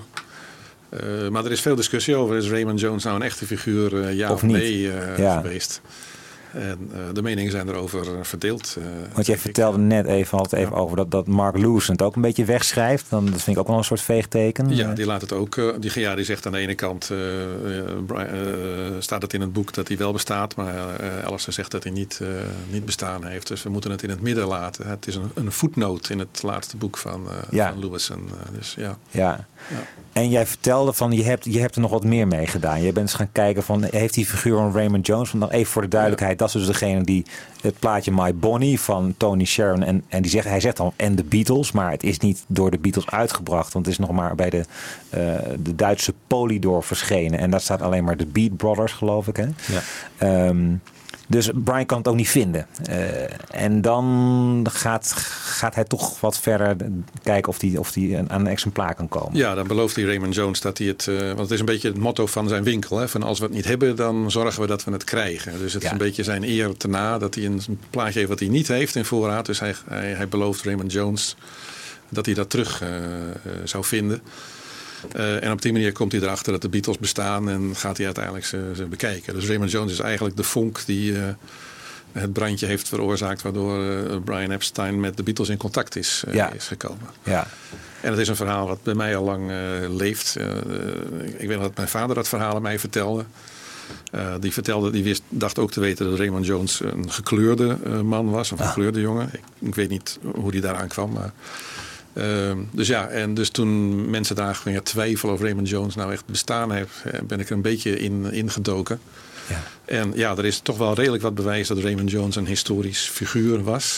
Uh, maar er is veel discussie over. Is Raymond Jones nou een echte figuur, uh, ja of, of nee uh, ja. geweest? En uh, de meningen zijn erover uh, verdeeld. Uh, Want jij vertelde ik. net even, altijd even ja. over dat, dat Mark Lewis het ook een beetje wegschrijft. Dan, dat vind ik ook wel een soort veegteken. Ja, die laat het ook. Uh, die, ja, die zegt aan de ene kant uh, uh, Brian, uh, staat het in het boek dat hij wel bestaat. Maar uh, Alistair zegt dat hij niet, uh, niet bestaan heeft. Dus we moeten het in het midden laten. Het is een, een voetnoot in het laatste boek van, uh, ja. van Lewis. En, uh, dus, ja. Ja. Ja. En jij vertelde van, je hebt, je hebt er nog wat meer mee gedaan. Je bent eens gaan kijken van, heeft die figuur van Raymond Jones, van dan even voor de duidelijkheid, ja. dat is dus degene die het plaatje My Bonnie van Tony Sharon, en, en die zegt, hij zegt dan en de Beatles, maar het is niet door de Beatles uitgebracht, want het is nog maar bij de, uh, de Duitse Polydor verschenen. En daar staat alleen maar de Beat Brothers, geloof ik. Hè? Ja. Um, Dus Brian kan het ook niet vinden. Uh, en dan gaat, gaat hij toch wat verder kijken of hij of die aan een exemplaar kan komen. Ja, dan belooft hij Raymond Jones dat hij het... Uh, want het is een beetje het motto van zijn winkel. Hè, van als we het niet hebben, dan zorgen we dat we het krijgen. Dus het ja. is een beetje zijn eer te na dat hij een plaatje heeft wat hij niet heeft in voorraad. Dus hij, hij, hij belooft Raymond Jones dat hij dat terug uh, uh, zou vinden. Uh, en op die manier komt hij erachter dat de Beatles bestaan en gaat hij uiteindelijk ze, ze bekijken. Dus Raymond Jones is eigenlijk de vonk die uh, het brandje heeft veroorzaakt, waardoor uh, Brian Epstein met de Beatles in contact is, uh, ja. is gekomen. Ja. En het is een verhaal wat bij mij al lang uh, leeft. Uh, ik weet dat mijn vader dat verhaal aan mij vertelde. Uh, die vertelde, die wist, dacht ook te weten dat Raymond Jones een gekleurde uh, man was, een gekleurde ah. jongen. Ik, ik weet niet hoe die daaraan kwam, maar... Uh, dus ja, en dus toen mensen daar gingen twijfelen of Raymond Jones nou echt bestaan heeft, ben ik er een beetje in ingedoken. Ja. En ja, er is toch wel redelijk wat bewijs dat Raymond Jones een historisch figuur was.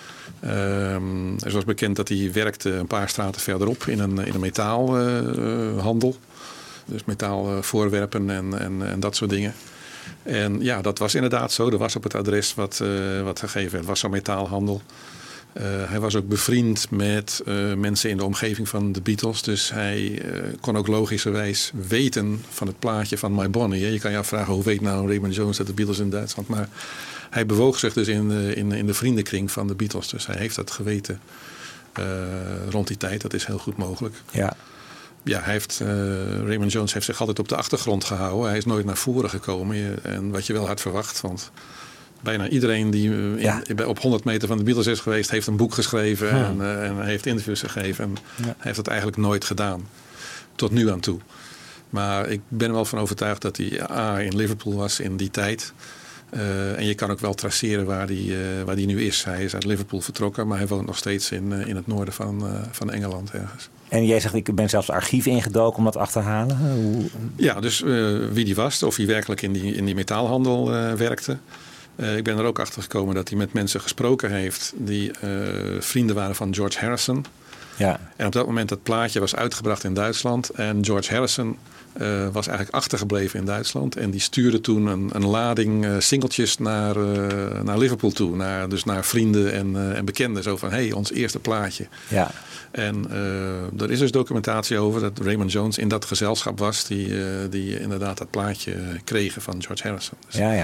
Uh, er was bekend dat hij werkte een paar straten verderop in een, in een metaalhandel. Uh, dus metaalvoorwerpen en, en, en dat soort dingen. En ja, dat was inderdaad zo. Er was op het adres wat, uh, wat gegeven werd, was zo'n metaalhandel. Uh, hij was ook bevriend met uh, mensen in de omgeving van de Beatles. Dus hij uh, kon ook logischerwijs weten van het plaatje van My Bonnie. Hè. Je kan je afvragen, hoe weet nou Raymond Jones dat de Beatles in Duitsland... Maar hij bewoog zich dus in de, in, in de vriendenkring van de Beatles. Dus hij heeft dat geweten uh, rond die tijd. Dat is heel goed mogelijk. Ja. Ja, hij heeft, uh, Raymond Jones heeft zich altijd op de achtergrond gehouden. Hij is nooit naar voren gekomen. En wat je wel had verwacht, want... Bijna iedereen die in, ja. op honderd meter van de Beatles is geweest, heeft een boek geschreven ja. en, uh, en heeft interviews gegeven. En ja. hij heeft dat eigenlijk nooit gedaan. Tot nu aan toe. Maar ik ben er wel van overtuigd dat hij A, in Liverpool was in die tijd. Uh, en je kan ook wel traceren waar hij uh, waar die nu is. Hij is uit Liverpool vertrokken, maar hij woont nog steeds in, uh, in het noorden van, uh, van Engeland ergens. En jij zegt, ik ben zelfs het archief ingedoken om dat achterhalen. Hoe... Ja, dus uh, wie die was, of hij werkelijk in die, in die metaalhandel uh, werkte. Uh, ik ben er ook achter gekomen dat hij met mensen gesproken heeft die uh, vrienden waren van George Harrison. Ja. En op dat moment dat plaatje was uitgebracht in Duitsland. En George Harrison uh, was eigenlijk achtergebleven in Duitsland. En die stuurde toen een, een lading uh, singeltjes naar, uh, naar Liverpool toe. Naar, dus naar vrienden en, uh, en bekenden. Zo van, hé, hey, ons eerste plaatje. Ja. En uh, er is dus documentatie over dat Raymond Jones in dat gezelschap was. Die, uh, die inderdaad dat plaatje kregen van George Harrison. Dus, ja, ja.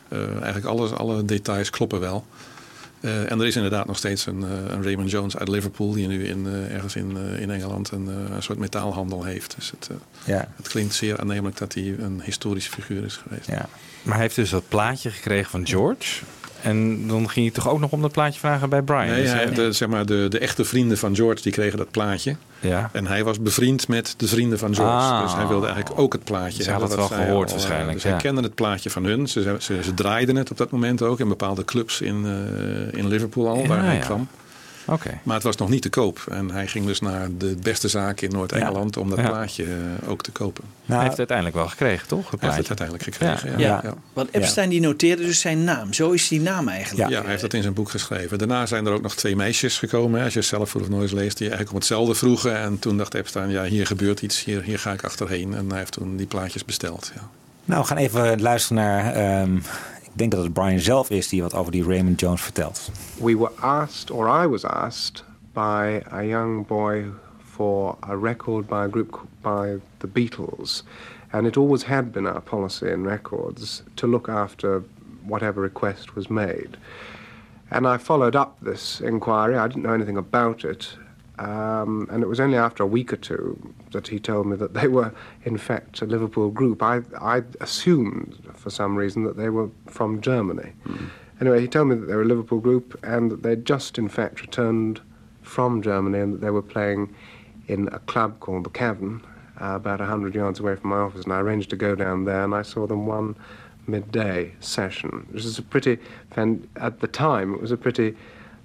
Uh, eigenlijk alles, alle details kloppen wel. Uh, en er is inderdaad nog steeds een, uh, een Raymond Jones uit Liverpool... die nu in, uh, ergens in, uh, in Engeland een, uh, een soort metaalhandel heeft. Dus het, uh, ja. het klinkt zeer aannemelijk dat hij een historische figuur is geweest. Ja. Maar hij heeft dus dat plaatje gekregen van George... En dan ging je toch ook nog om dat plaatje vragen bij Brian? Nee, hij, de, zeg maar de, de echte vrienden van George die kregen dat plaatje. Ja. En hij was bevriend met de vrienden van George. Ah. Dus hij wilde eigenlijk ook het plaatje. Ze hadden het wel gehoord al, waarschijnlijk. Dus ja. hij kende het plaatje van hun. Ze, ze, ze draaiden het op dat moment ook in bepaalde clubs in, uh, in Liverpool al, ja, waar hij ja. kwam. Okay. Maar het was nog niet te koop. En hij ging dus naar de beste zaak in Noord-Engeland... Ja. om dat ja. plaatje uh, ook te kopen. Nou, hij heeft het uiteindelijk wel gekregen, toch? Hij heeft het uiteindelijk gekregen, ja. ja. ja. ja. Want Epstein die noteerde dus zijn naam. Zo is die naam eigenlijk. Ja, ja, hij heeft dat in zijn boek geschreven. Daarna zijn er ook nog twee meisjes gekomen. Als je Self of Noise leest, die eigenlijk om hetzelfde vroegen. En toen dacht Epstein, ja, hier gebeurt iets. Hier, hier ga ik achterheen. En hij heeft toen die plaatjes besteld, ja. Nou, we gaan even luisteren naar... Um... Ik denk dat het Brian zelf is die wat over die Raymond Jones vertelt. We were asked, or I was asked, by a young boy for a record by a group by the Beatles. And it always had been our policy in records to look after whatever request was made. And I followed up this inquiry. I didn't know anything about it. Um, and it was only after a week or two that he told me that they were, in fact, a Liverpool group. I, I assumed, for some reason, that they were from Germany. Mm. Anyway, he told me that they were a Liverpool group and that they'd just, in fact, returned from Germany and that they were playing in a club called The Cavern, uh, about one hundred yards away from my office. And I arranged to go down there, and I saw them one midday session, which is a pretty, and at the time, it was a pretty...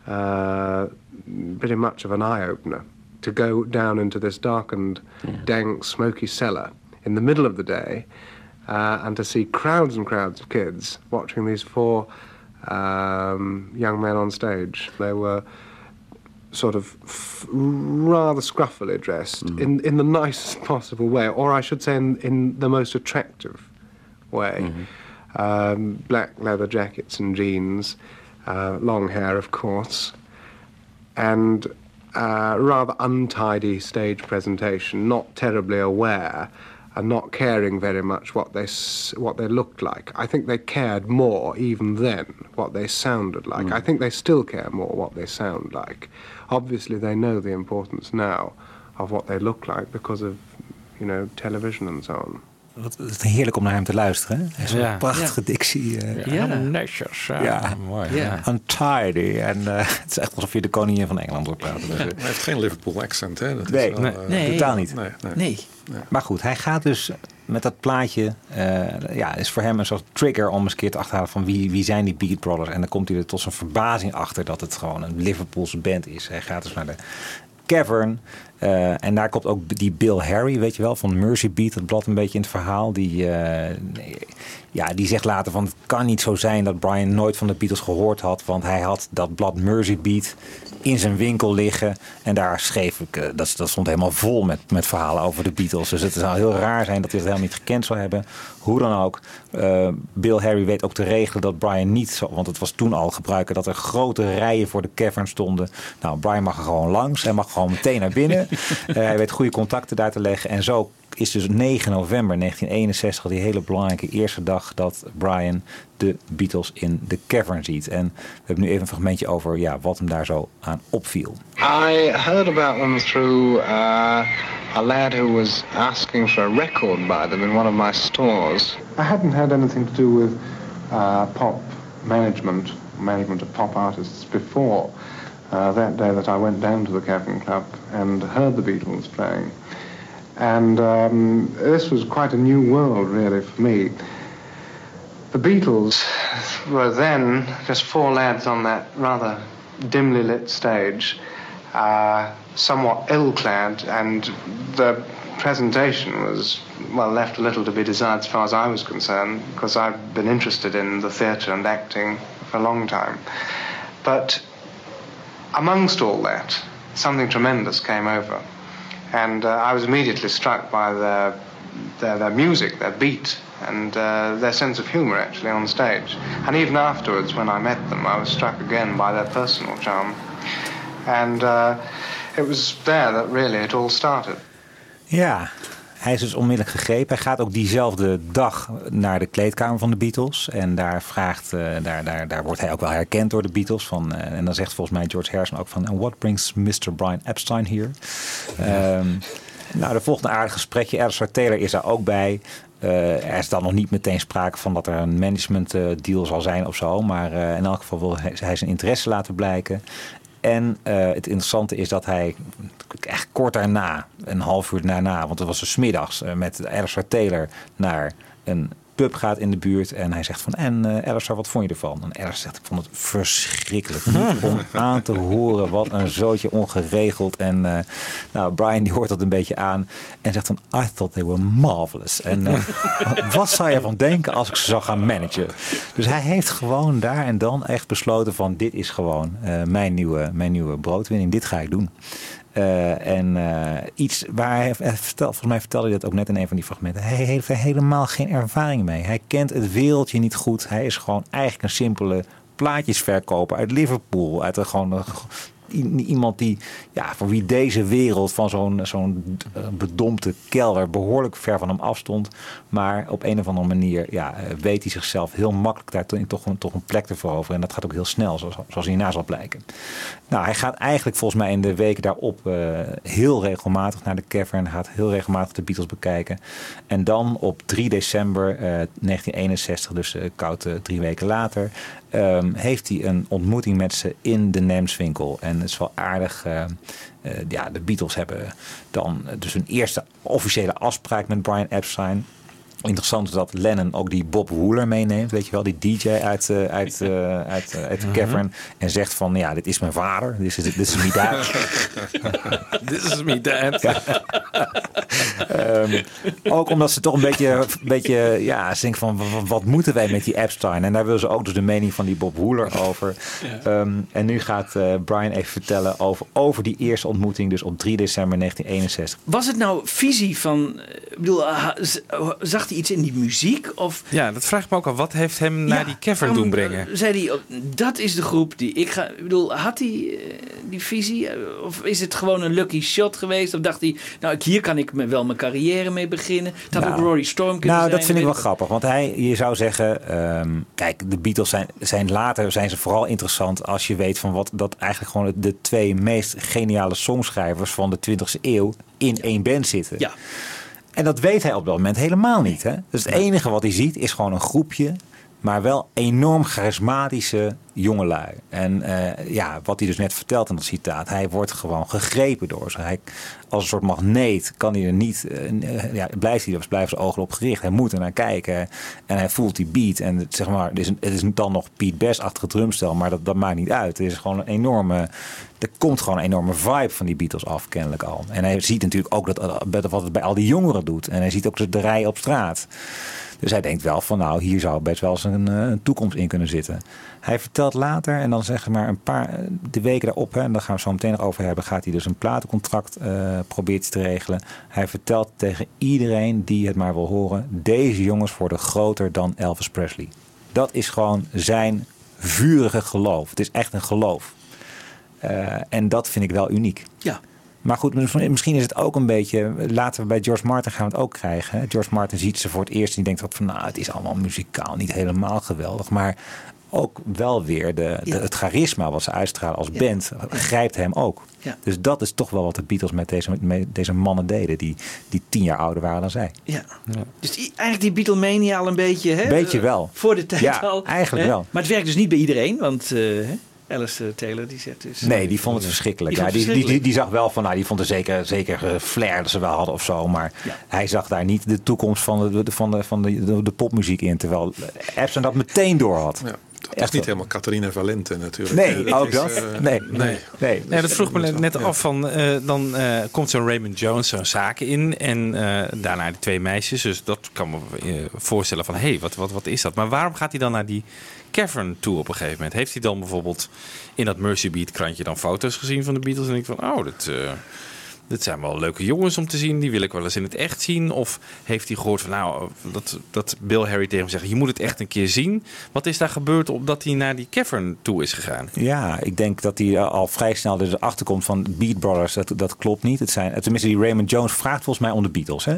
Uh, pretty much of an eye-opener to go down into this darkened, yeah. dank, smoky cellar in the middle of the day uh, and to see crowds and crowds of kids watching these four um, young men on stage. They were sort of f- rather scruffily dressed mm. in, in the nicest possible way, or I should say in, in the most attractive way. Mm-hmm. Um, black leather jackets and jeans, uh, long hair, of course, and uh, rather untidy stage presentation, not terribly aware and not caring very much what they what they looked like. I think they cared more even then what they sounded like. Mm. I think they still care more what they sound like. Obviously they know the importance now of what they look like because of, you know, television and so on. Wat heerlijk om naar hem te luisteren. Hè? Zo'n ja. prachtige ja. dictie. Uh, ja, ja. netjes. Ja, ja. mooi. Ja. Untidy. En uh, het is echt alsof je de koningin van Engeland wordt praten. Dus, ja, hij heeft geen Liverpool accent, hè? Dat nee, is wel, nee, uh, nee, totaal niet. Nee, nee. nee. nee. Maar goed, hij gaat dus met dat plaatje... Uh, ja, is voor hem een soort trigger om eens een keer te achterhalen van wie, wie zijn die Beat Brothers. En dan komt hij er tot zijn verbazing achter dat het gewoon een Liverpoolse band is. Hij gaat dus naar de Cavern. Uh, en daar komt ook die Bill Harry, weet je wel, van Mersey Beat, dat blad een beetje in het verhaal. Die, uh, ja, die zegt later van het kan niet zo zijn dat Brian nooit van de Beatles gehoord had. Want hij had dat blad Mersey Beat in zijn winkel liggen. En daar schreef ik, uh, dat, dat stond helemaal vol met, met verhalen over de Beatles. Dus het zou heel raar zijn dat hij het helemaal niet gekend zou hebben. Hoe dan ook. Uh, Bill Harry weet ook te regelen dat Brian niet zo... Want het was toen al gebruiken dat er grote rijen voor de Cavern stonden. Nou, Brian mag er gewoon langs. Hij mag gewoon meteen naar binnen. Uh, hij weet goede contacten daar te leggen. En zo is dus negen november negentien eenenzestig die hele belangrijke eerste dag dat Brian de Beatles in de Cavern ziet. En we hebben nu even een fragmentje over ja, wat hem daar zo aan opviel. I heard about them through uh, a lad who was asking for a record by them in one of my stores. I hadn't had anything to do with uh, pop management, management of pop artists before uh, that day that I went down to the Cavern Club and heard the Beatles playing. And um, this was quite a new world, really, for me. The Beatles were then just four lads on that rather dimly lit stage, uh, somewhat ill-clad, and the presentation was, well, left a little to be desired as far as I was concerned, because I've been interested in the theatre and acting for a long time. But amongst all that, something tremendous came over. And uh, I was immediately struck by their, their, their music, their beat, and uh, their sense of humour, actually, on stage. And even afterwards, when I met them, I was struck again by their personal charm. And uh, it was there that really it all started. Ja, hij is dus onmiddellijk gegrepen. Hij gaat ook diezelfde dag naar de kleedkamer van de Beatles. En daar vraagt, uh, daar, daar, daar wordt hij ook wel herkend door de Beatles. Van, uh, en dan zegt volgens mij George Harrison ook van... And what brings mister Brian Epstein here? Ja. Um, nou, er volgt een aardig gesprekje. Alistair Taylor is daar ook bij. Uh, er is dan nog niet meteen sprake van dat er een management uh, deal zal zijn of zo. Maar uh, in elk geval wil hij, hij zijn interesse laten blijken. En uh, het interessante is dat hij echt kort daarna, een half uur daarna, want het was dus 's middags, uh, met Alistair Taylor naar een pub gaat in de buurt. En hij zegt van, en uh, Alistair, wat vond je ervan? En Alistair zegt, ik vond het verschrikkelijk. Niet om aan te horen, wat een zootje ongeregeld. En uh, nou, Brian die hoort dat een beetje aan en zegt van, I thought they were marvelous. En uh, wat zou je ervan denken als ik ze zou gaan managen? Dus hij heeft gewoon daar en dan echt besloten van, dit is gewoon uh, mijn, nieuwe, mijn nieuwe broodwinning. Dit ga ik doen. Uh, en uh, iets waar hij, hij vertelt, volgens mij vertelde hij dat ook net in een van die fragmenten. Hij heeft er helemaal geen ervaring mee. Hij kent het wereldje niet goed. Hij is gewoon eigenlijk een simpele plaatjesverkoper uit Liverpool. Uit een, gewoon een, iemand die, ja, voor wie deze wereld van zo'n, zo'n bedompte kelder behoorlijk ver van hem afstond. Maar op een of andere manier ja, weet hij zichzelf heel makkelijk daar toch een, toch een plek te veroveren. En dat gaat ook heel snel, zoals, zoals hierna zal blijken. Nou, hij gaat eigenlijk volgens mij in de weken daarop uh, heel regelmatig naar de Cavern. Hij gaat heel regelmatig de Beatles bekijken. En dan op drie december uh, negentien eenenzestig, dus uh, koud uh, drie weken later, um, heeft hij een ontmoeting met ze in de Nemswinkel. En het is wel aardig. Uh, uh, ja, de Beatles hebben dan uh, dus een eerste officiële afspraak met Brian Epstein. Interessant is dat Lennon ook die Bob Wooler meeneemt, weet je wel, die D J uit, uh, uit, uh, uit, uh, uit de Cavern. En zegt van, ja, dit is mijn vader, dit is, dit is mijn dad. Dit is mijn dad. Ja. um, ook omdat ze toch een beetje, een beetje ja, ze denken van, wat, wat moeten wij met die Epstein? En daar willen ze ook dus de mening van die Bob Wooler over. Ja. Um, en nu gaat uh, Brian even vertellen over, over die eerste ontmoeting, dus op drie december negentien eenenzestig. Was het nou visie van, ik bedoel, zag hij iets in die muziek? Of... Ja, dat vraag ik me ook al. Wat heeft hem ja, naar die Cavern doen brengen? Zei hij, dat is de groep die ik ga... Ik bedoel, had hij uh, die visie? Of is het gewoon een lucky shot geweest? Of dacht hij, nou, hier kan ik me wel mijn carrière mee beginnen? Het had nou, ook Rory Storm kunnen nou, zijn. Nou, dat vind ik wel grappig. Want hij, je zou zeggen... Um, kijk, de Beatles zijn, zijn later zijn ze vooral interessant als je weet van wat dat eigenlijk gewoon de twee meest geniale songschrijvers van de twintigste eeuw in ja. één band zitten. Ja. En dat weet hij op dat moment helemaal niet. Hè? Dus het enige wat hij ziet is gewoon een groepje, maar wel enorm charismatische jongelui. En uh, ja, wat hij dus net vertelt in dat citaat, hij wordt gewoon gegrepen door ze. Hij, als een soort magneet kan hij er niet, uh, ja, blijft hij, blijven zijn ogen op gericht. Hij moet er naar kijken en hij voelt die beat. En zeg maar, het is, een, het is dan nog Pete Best-achtige drumstel, maar dat, dat maakt niet uit. Het is gewoon een enorme, er komt gewoon een enorme vibe van die Beatles af, kennelijk al. En hij ziet natuurlijk ook dat, wat het bij al die jongeren doet. En hij ziet ook de, de rij op straat. Dus hij denkt wel van, nou, hier zou best wel eens een, een toekomst in kunnen zitten. Hij vertelt later, en dan zeg maar een paar, de weken daarop, hè, en daar gaan we het zo meteen nog over hebben, gaat hij dus een platencontract uh, proberen te regelen. Hij vertelt tegen iedereen die het maar wil horen, deze jongens worden groter dan Elvis Presley. Dat is gewoon zijn vurige geloof. Het is echt een geloof. Uh, en dat vind ik wel uniek. Ja. Maar goed, misschien is het ook een beetje... Laten we bij George Martin gaan we het ook krijgen. George Martin ziet ze voor het eerst en die denkt van, nou, het is allemaal muzikaal niet helemaal geweldig. Maar ook wel weer de, de, ja. het charisma wat ze uitstralen als ja. band grijpt hem ook. Ja. Dus dat is toch wel wat de Beatles met deze, met deze mannen deden. Die, die tien jaar ouder waren dan zij. Ja. Ja. Dus die, eigenlijk die Beatlemania al een beetje... Hè? Beetje wel. Voor de tijd ja, al. eigenlijk hè? wel. Maar het werkt dus niet bij iedereen. Want... Uh, Alice Taylor, die zegt dus... Nee, die vond het verschrikkelijk. Die, ja, vond die, die, die, die zag wel van, nou, die vond er zeker, zeker uh, flair dat ze wel hadden of zo. Maar ja. hij zag daar niet de toekomst van de, de, van de, van de, de, de popmuziek in. Terwijl Epstein dat meteen door had. Ja. Dat is niet helemaal Catharina Valente natuurlijk. Nee, dat ook is, dat? Uh, nee. nee. nee. nee dat vroeg me net af van, uh, dan uh, komt zo'n Raymond Jones zo'n zaken in en uh, daarna die twee meisjes. Dus dat kan me uh, voorstellen van, hé, hey, wat, wat, wat is dat? Maar waarom gaat hij dan naar die Cavern toe op een gegeven moment? Heeft hij dan bijvoorbeeld in dat Mercy Beat krantje dan foto's gezien van de Beatles en denk van, oh, dat... Uh, Dit zijn wel leuke jongens om te zien. Die wil ik wel eens in het echt zien. Of heeft hij gehoord van nou, dat, dat Bill Harry tegen hem zegt, je moet het echt een keer zien. Wat is daar gebeurd omdat hij naar die Cavern toe is gegaan? Ja, ik denk dat hij al vrij snel erachter komt van Beat Brothers. Dat, dat klopt niet. Het zijn, tenminste, die Raymond Jones vraagt volgens mij om de Beatles, hè?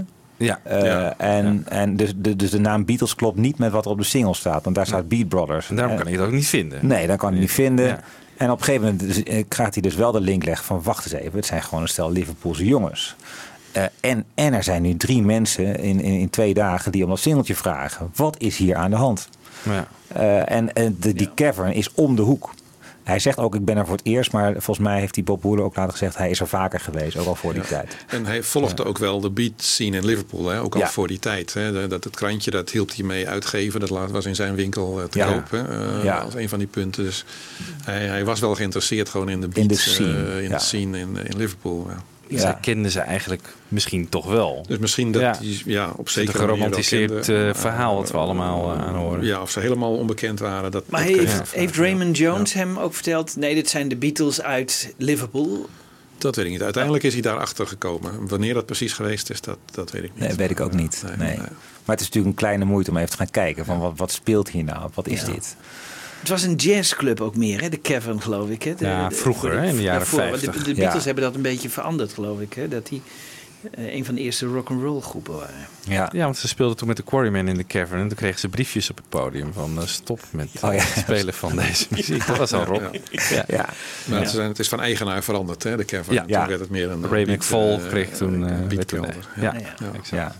Ja. Uh, ja. En, ja. en dus, de, dus de naam Beatles klopt niet met wat er op de single staat. Want daar staat Beat Brothers. En daarom kan hij het ook niet vinden. Nee, dan kan hij niet vinden. Ja. En op een gegeven moment gaat hij dus wel de link leggen van... wacht eens even, het zijn gewoon een stel Liverpoolse jongens. Uh, en, en er zijn nu drie mensen in, in, in twee dagen die om dat singeltje vragen. Wat is hier aan de hand? Ja. Uh, en en de, die ja. cavern is om de hoek. Hij zegt ook, ik ben er voor het eerst. Maar volgens mij heeft die Bob Wooler ook later gezegd... hij is er vaker geweest, ook al voor die ja. tijd. En hij volgde ja. ook wel de beat scene in Liverpool. Hè? Ook al ja. voor die tijd. Hè? Dat het krantje, dat hielp hij mee uitgeven. Dat was in zijn winkel uh, te ja. koop. Hè? Uh, ja. Als een van die punten. Dus hij, hij was wel geïnteresseerd gewoon in de beat. In de scene. Uh, in ja. de scene in, in Liverpool. Ja. Ja. Zij kenden ze eigenlijk misschien toch wel. Dus misschien dat ja. die ja, op zekere manier geromantiseerd uh, verhaal wat we allemaal uh, aanhoren. Ja, of ze helemaal onbekend waren. Dat, maar dat heeft, ja. heeft Raymond Jones ja. hem ook verteld... nee, dit zijn de Beatles uit Liverpool? Dat weet ik niet. Uiteindelijk is hij daarachter gekomen. Wanneer dat precies geweest is, dat, dat weet ik niet. Nee, weet ik ook niet. Nee, nee. Nee. Maar het is natuurlijk een kleine moeite om even te gaan kijken... van wat, wat speelt hier nou? Wat is ja. dit? Het was een jazzclub ook meer, hè? De Cavern, geloof ik. Hè? De, ja, vroeger, de, de, in de jaren vijftig. De, de Beatles ja. hebben dat een beetje veranderd, geloof ik. Hè? Dat die uh, een van de eerste rock'n'roll groepen waren. Ja. ja, want ze speelden toen met de Quarrymen in de Cavern. En toen kregen ze briefjes op het podium van uh, stop met oh, ja. het spelen van deze muziek. Dat was al rock. Ja. Ja. Ja. Maar het, is, het is van eigenaar veranderd, hè? De Cavern. Ja. Toen ja. werd het meer een... Ray McFall uh, kreeg toen... Uh, beat toen ja. Ja. Ja. Ja. Ja.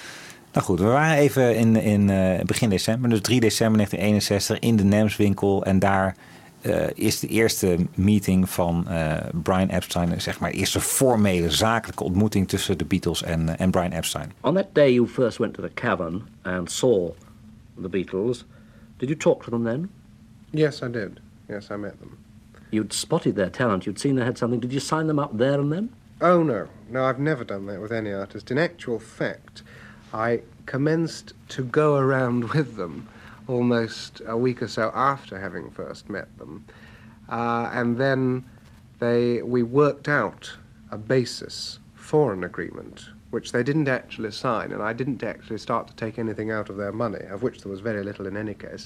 Nou goed, we waren even in, in uh, begin december, dus drie december negentien eenenzestig in de Nems-winkel. En daar uh, is de eerste meeting van uh, Brian Epstein, zeg maar, eerste formele zakelijke ontmoeting tussen de Beatles en, uh, en Brian Epstein. On that day you first went to the cavern and saw the Beatles, did you talk to them then? Yes, I did. Yes, I met them. You'd spotted their talent, you'd seen they had something. Did you sign them up there and then? Oh, no. No, I've never done that with any artist. In actual fact... I commenced to go around with them almost a week or so after having first met them. Uh, and then they, we worked out a basis for an agreement, which they didn't actually sign, and I didn't actually start to take anything out of their money, of which there was very little in any case,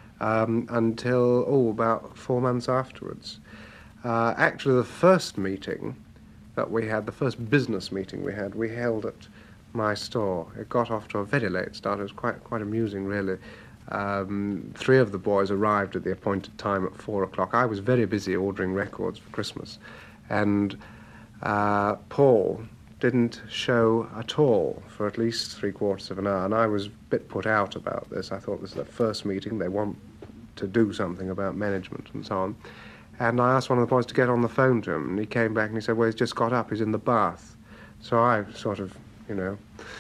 um, until, oh, about four months afterwards. Uh, actually, the first meeting that we had, the first business meeting we had, we held at my store. It got off to a very late start. It was quite quite amusing, really. Um, three of the boys arrived at the appointed time at four o'clock. I was very busy ordering records for Christmas, and uh, Paul didn't show at all for at least three quarters of an hour, and I was a bit put out about this. I thought this is the first meeting. They want to do something about management and so on. And I asked one of the boys to get on the phone to him, and he came back and he said, well, he's just got up. He's in the bath. So I sort of, you know,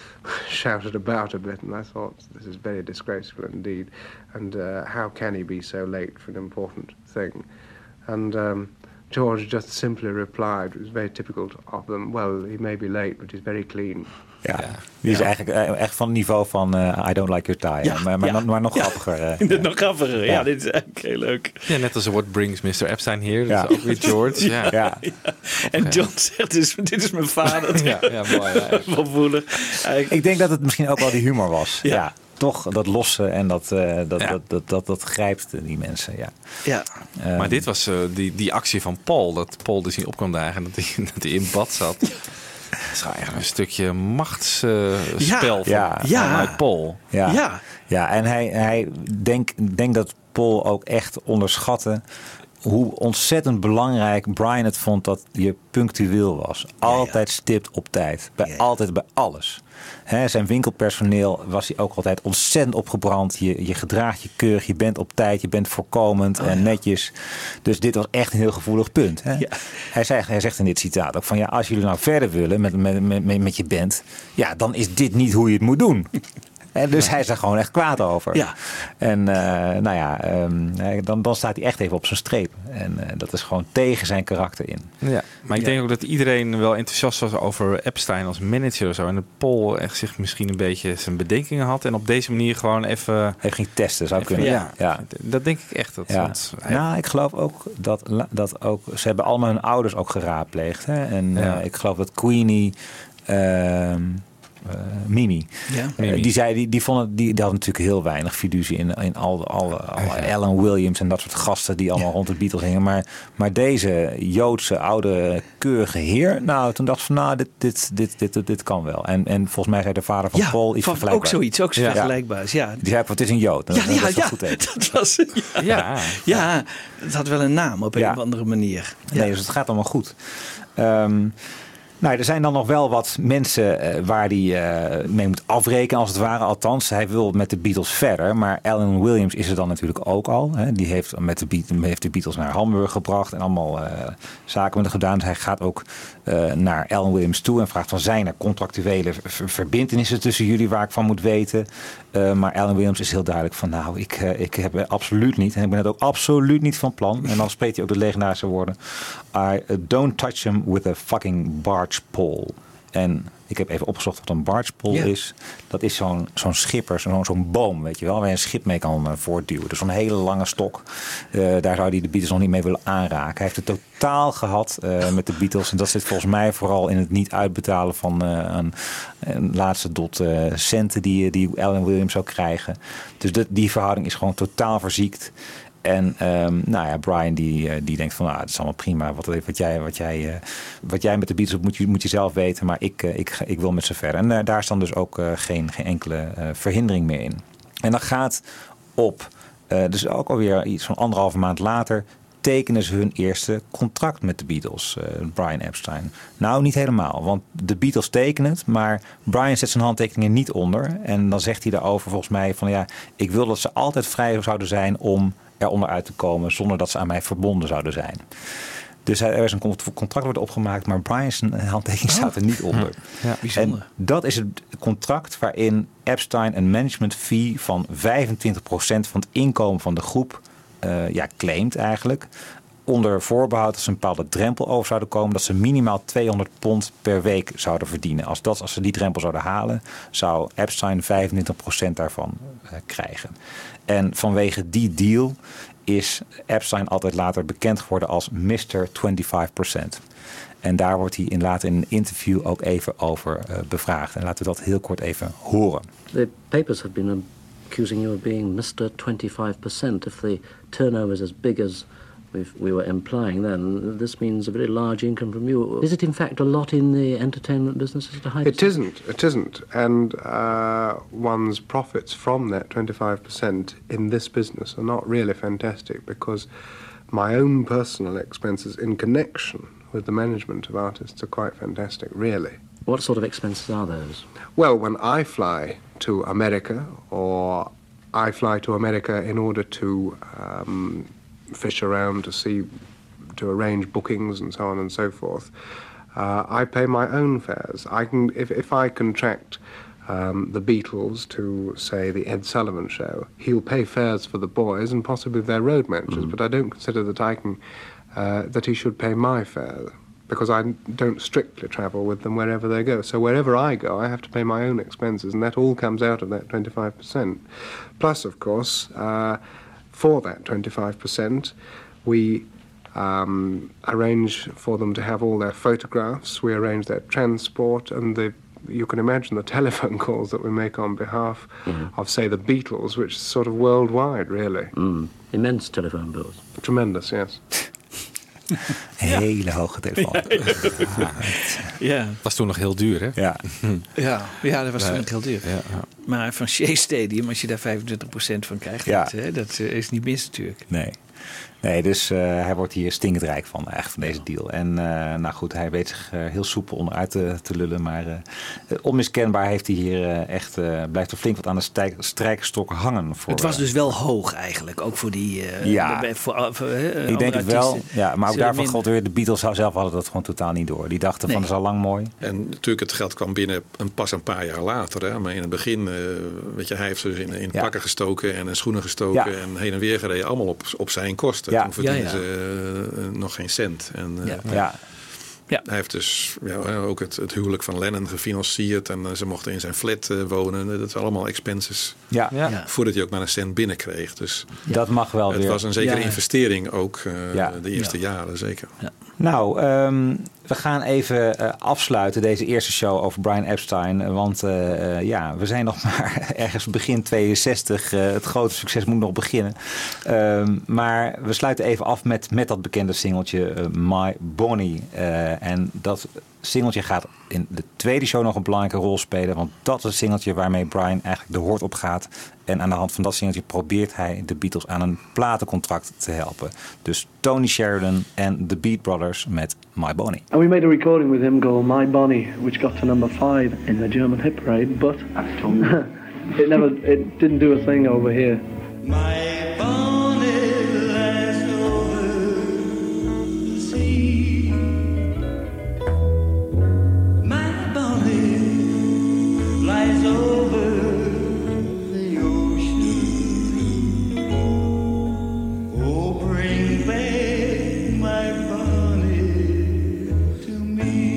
shouted about a bit, and I thought, this is very disgraceful indeed, and uh, how can he be so late for an important thing? And um, George just simply replied, it was very typical of them, well, he may be late, but he's very clean. Ja, die is ja. eigenlijk echt van het niveau van uh, I don't like your tie. Ja, maar, maar, ja. maar nog grappiger. Uh, ja. Nog grappiger, ja. ja. Dit is eigenlijk heel leuk. Ja, net als What Brings mister Epstein Here. Dat ja. is ook weer George. Ja. Ja. Ja. En John zegt, dus, dit is mijn vader. ja, ja, mooi. Ja. Eigenlijk... Ik denk dat het misschien ook wel die humor was. Ja. ja. Toch dat losse en dat, uh, dat, ja. dat, dat, dat, dat grijpt die mensen. Ja. Ja. Um, maar dit was uh, die, die actie van Paul. Dat Paul dus niet op kwam dagen en dat hij, dat hij in bad zat. Het is eigenlijk een stukje machtsspel uh, ja, van, ja, van ja. uit Paul. Ja, ja. ja en hij, hij denkt denk dat Paul ook echt onderschatte hoe ontzettend belangrijk Brian het vond dat je punctueel was. Altijd ja, ja. stipt op tijd. Bij, ja. Altijd bij alles. He, zijn winkelpersoneel was hij ook altijd ontzettend opgebrand. Je, je gedraagt je keurig, je bent op tijd, je bent voorkomend oh, en ja. netjes. Dus dit was echt een heel gevoelig punt. He. Ja. Hij, zei, hij zegt in dit citaat ook van ja, als jullie nou verder willen met, met, met, met je band, ja, dan is dit niet hoe je het moet doen. En dus ja. hij is er gewoon echt kwaad over. Ja. En uh, nou ja, um, dan, dan staat hij echt even op zijn streep. En uh, dat is gewoon tegen zijn karakter in. Ja, maar ik ja. denk ook dat iedereen wel enthousiast was over Epstein als manager of zo. En de Paul echt zich misschien een beetje zijn bedenkingen had. En op deze manier gewoon even... Hij ging testen, zou even, kunnen. Ja, ja, dat denk ik echt. Dat, ja. want hij... Nou, ik geloof ook dat, dat ook... Ze hebben allemaal hun ouders ook geraadpleegd. Hè? En ja. uh, ik geloof dat Queenie... Uh, uh, Mimi. Ja. Uh, die, zei, die, die, vonden, die, die hadden natuurlijk heel weinig fiducie in, in al, al, al ja. Alan Williams en dat soort gasten die allemaal ja. rond de Beatles gingen. Maar, maar deze Joodse, oude, keurige heer, nou, toen dacht ik van, nou, dit, dit, dit, dit, dit, dit kan wel. En, en dat volgens mij zei de vader van ja, Paul iets van, vergelijkbaars. Ook zoiets, ook zo ja. vergelijkbaars, ja. Die zei, wat is een Jood? Dat, ja, ja, dat is ja, goed even. dat was... Ja, ja, ja, het had wel een naam op een ja. of andere manier. Ja. Nee, dus het gaat allemaal goed. Um, Nou, er zijn dan nog wel wat mensen uh, waar hij uh, mee moet afrekenen, als het ware. Althans, hij wil met de Beatles verder. Maar Alan Williams is er dan natuurlijk ook al. Hè. Die heeft, met de Beatles, heeft de Beatles naar Hamburg gebracht en allemaal uh, zaken met hem gedaan. Dus hij gaat ook uh, naar Alan Williams toe en vraagt van, zijn er contractuele ver- verbintenissen tussen jullie waar ik van moet weten? Uh, maar Alan Williams is heel duidelijk van, nou, ik, uh, ik heb er absoluut niet. En ik ben het ook absoluut niet van plan. En dan spreekt hij ook de legendarische woorden. I uh, don't touch him with a fucking barge pole. En ik heb even opgezocht wat een barge pole yeah. is. Dat is zo'n, zo'n schipper, zo'n, zo'n boom, weet je wel, waar je een schip mee kan uh, voortduwen. Dus zo'n hele lange stok. Uh, daar zou hij de Beatles nog niet mee willen aanraken. Hij heeft het totaal gehad uh, met de Beatles. En dat zit volgens mij vooral in het niet uitbetalen van uh, een, een laatste dot uh, centen die, die Alan Williams zou krijgen. Dus de, die verhouding is gewoon totaal verziekt. En um, nou ja, Brian die, die denkt van, nou, het is allemaal prima. Wat, wat, jij, wat, jij, uh, wat jij met de Beatles moet je, moet je zelf weten. Maar ik, uh, ik, ik wil met ze verder. En uh, daar is dan dus ook uh, geen, geen enkele uh, verhindering meer in. En dan gaat op, uh, dus ook alweer iets van anderhalve maand later, tekenen ze hun eerste contract met de Beatles, uh, Brian Epstein. Nou, niet helemaal, want de Beatles tekenen het, maar Brian zet zijn handtekeningen niet onder. En dan zegt hij daarover volgens mij van, ja, ik wil dat ze altijd vrij zouden zijn om eronder uit te komen zonder dat ze aan mij verbonden zouden zijn. Dus er is een contract wordt opgemaakt, maar Brian's handtekening oh. staat er niet onder. Ja, bijzonder. En dat is het contract waarin Epstein een management fee van vijfentwintig procent van het inkomen van de groep uh, ja, claimt eigenlijk. Onder voorbehoud dat ze een bepaalde drempel over zouden komen, dat ze minimaal tweehonderd pond per week zouden verdienen. Als, dat, als ze die drempel zouden halen, zou Epstein vijfentwintig procent daarvan uh, krijgen. En vanwege die deal is Epstein altijd later bekend geworden als mister vijfentwintig procent. En daar wordt hij in later in een interview ook even over uh, bevraagd. En laten we dat heel kort even horen. The papers have been accusing you of being mister twenty-five percent. If the turnover is as big as we've, we were implying then, this means a very large income from you. Is it in fact a lot in the entertainment business? Is it a high It isn't. It isn't. And uh, one's profits from that twenty-five percent in this business are not really fantastic, because my own personal expenses in connection with the management of artists are quite fantastic, really. What sort of expenses are those? Well, when I fly to America, or I fly to America in order to um, fish around to see, to arrange bookings and so on and so forth, uh, I pay my own fares. I can, if, if I contract um, the Beatles to, say, the Ed Sullivan Show, he'll pay fares for the boys and possibly their road managers, mm. but I don't consider that I can, uh, that he should pay my fare, because I don't strictly travel with them wherever they go. So wherever I go, I have to pay my own expenses, and that all comes out of that twenty-five percent. Plus, of course, uh, for that twenty-five percent, we um, arrange for them to have all their photographs, we arrange their transport, and the, you can imagine the telephone calls that we make on behalf mm. of, say, the Beatles, which is sort of worldwide, really. Mm. Immense telephone bills. Tremendous, yes. Hele hoge telefoon. Ja. ja. Was toen nog heel duur, hè? Ja, ja, ja dat was nee. toen nog heel duur. Ja, ja. Maar van Shea Stadium, als je daar vijfentwintig procent van krijgt, ja. dat, hè, dat is niet mis natuurlijk. Nee. Nee, dus uh, hij wordt hier stinkend rijk van, echt, van deze deal. En uh, nou goed, hij weet zich uh, heel soepel onderuit te, te lullen. Maar uh, onmiskenbaar heeft hij hier uh, echt, uh, blijft er flink wat aan de stijk, strijkstok hangen. Voor, het was dus wel hoog eigenlijk, ook voor die... Uh, ja, de, voor, voor, uh, ik denk het wel. Ja, maar ook daarvan min... geldt weer, de Beatles zelf hadden dat gewoon totaal niet door. Die dachten nee. van, dat is al lang mooi. En natuurlijk, het geld kwam binnen een, pas een paar jaar later. Hè? Maar in het begin, uh, weet je, hij heeft ze in, in ja. pakken gestoken en in schoenen gestoken. Ja. En heen en weer gereden, allemaal op, op zijn kosten. Ja. Toen verdienden ja, ja. ze Uh, nog geen cent. En, uh, ja. Ja. Ja. Hij heeft dus ja, ook het, het huwelijk van Lennon gefinancierd. En uh, ze mochten in zijn flat uh, wonen. Dat zijn allemaal expenses. Ja. Ja. Voordat hij ook maar een cent binnenkreeg. Dus dat mag wel het weer. was een zekere ja. investering ook uh, ja. de eerste ja. jaren zeker. Ja. Nou, um, we gaan even uh, afsluiten deze eerste show over Brian Epstein. Want uh, uh, ja, we zijn nog maar ergens begin tweeënzestig. Uh, het grote succes moet nog beginnen. Um, maar we sluiten even af met, met dat bekende singeltje uh, My Bonnie. Uh, en dat singeltje gaat in de tweede show nog een belangrijke rol spelen. Want dat is het singeltje waarmee Brian eigenlijk de hoort op gaat. En aan de hand van dat singeltje probeert hij de Beatles aan een platencontract te helpen. Dus Tony Sheridan en The Beat Brothers met My Bonnie. And we made a recording with him called My Bonnie, which got to number five in the German hit parade, but it never, it didn't do a thing over here. My bonnet lies over the sea. My bonnet lies over the ocean. Oh, bring back my bonnet to me.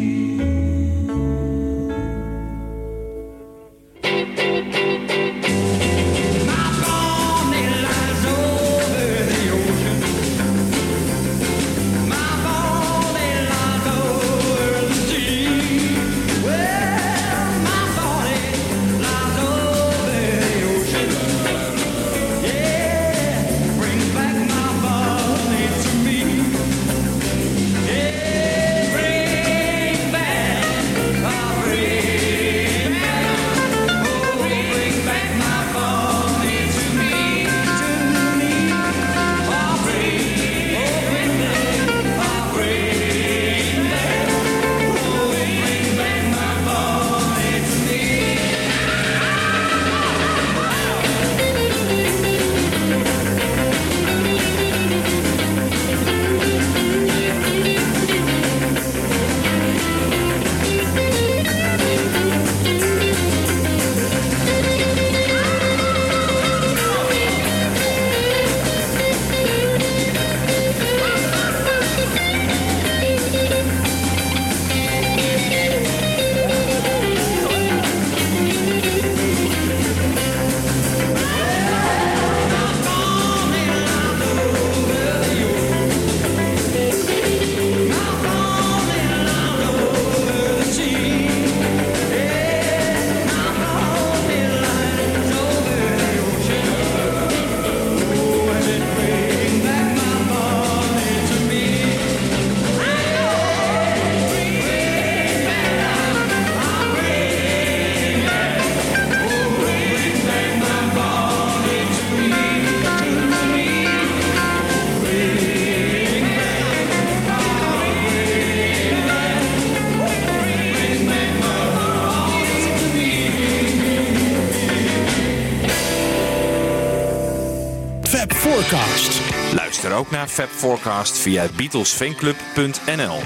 Fab Forecast. Luister ook naar Fab Forecast via beatlesfanclub punt n l.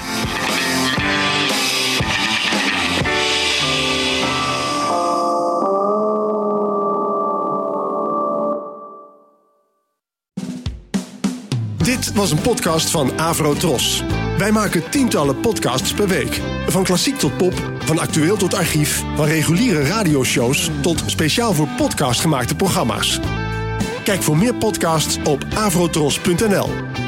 Dit was een podcast van Avro Tros. Wij maken tientallen podcasts per week. Van klassiek tot pop, van actueel tot archief, van reguliere radioshows tot speciaal voor podcast gemaakte programma's. Kijk voor meer podcasts op avrotros punt n l.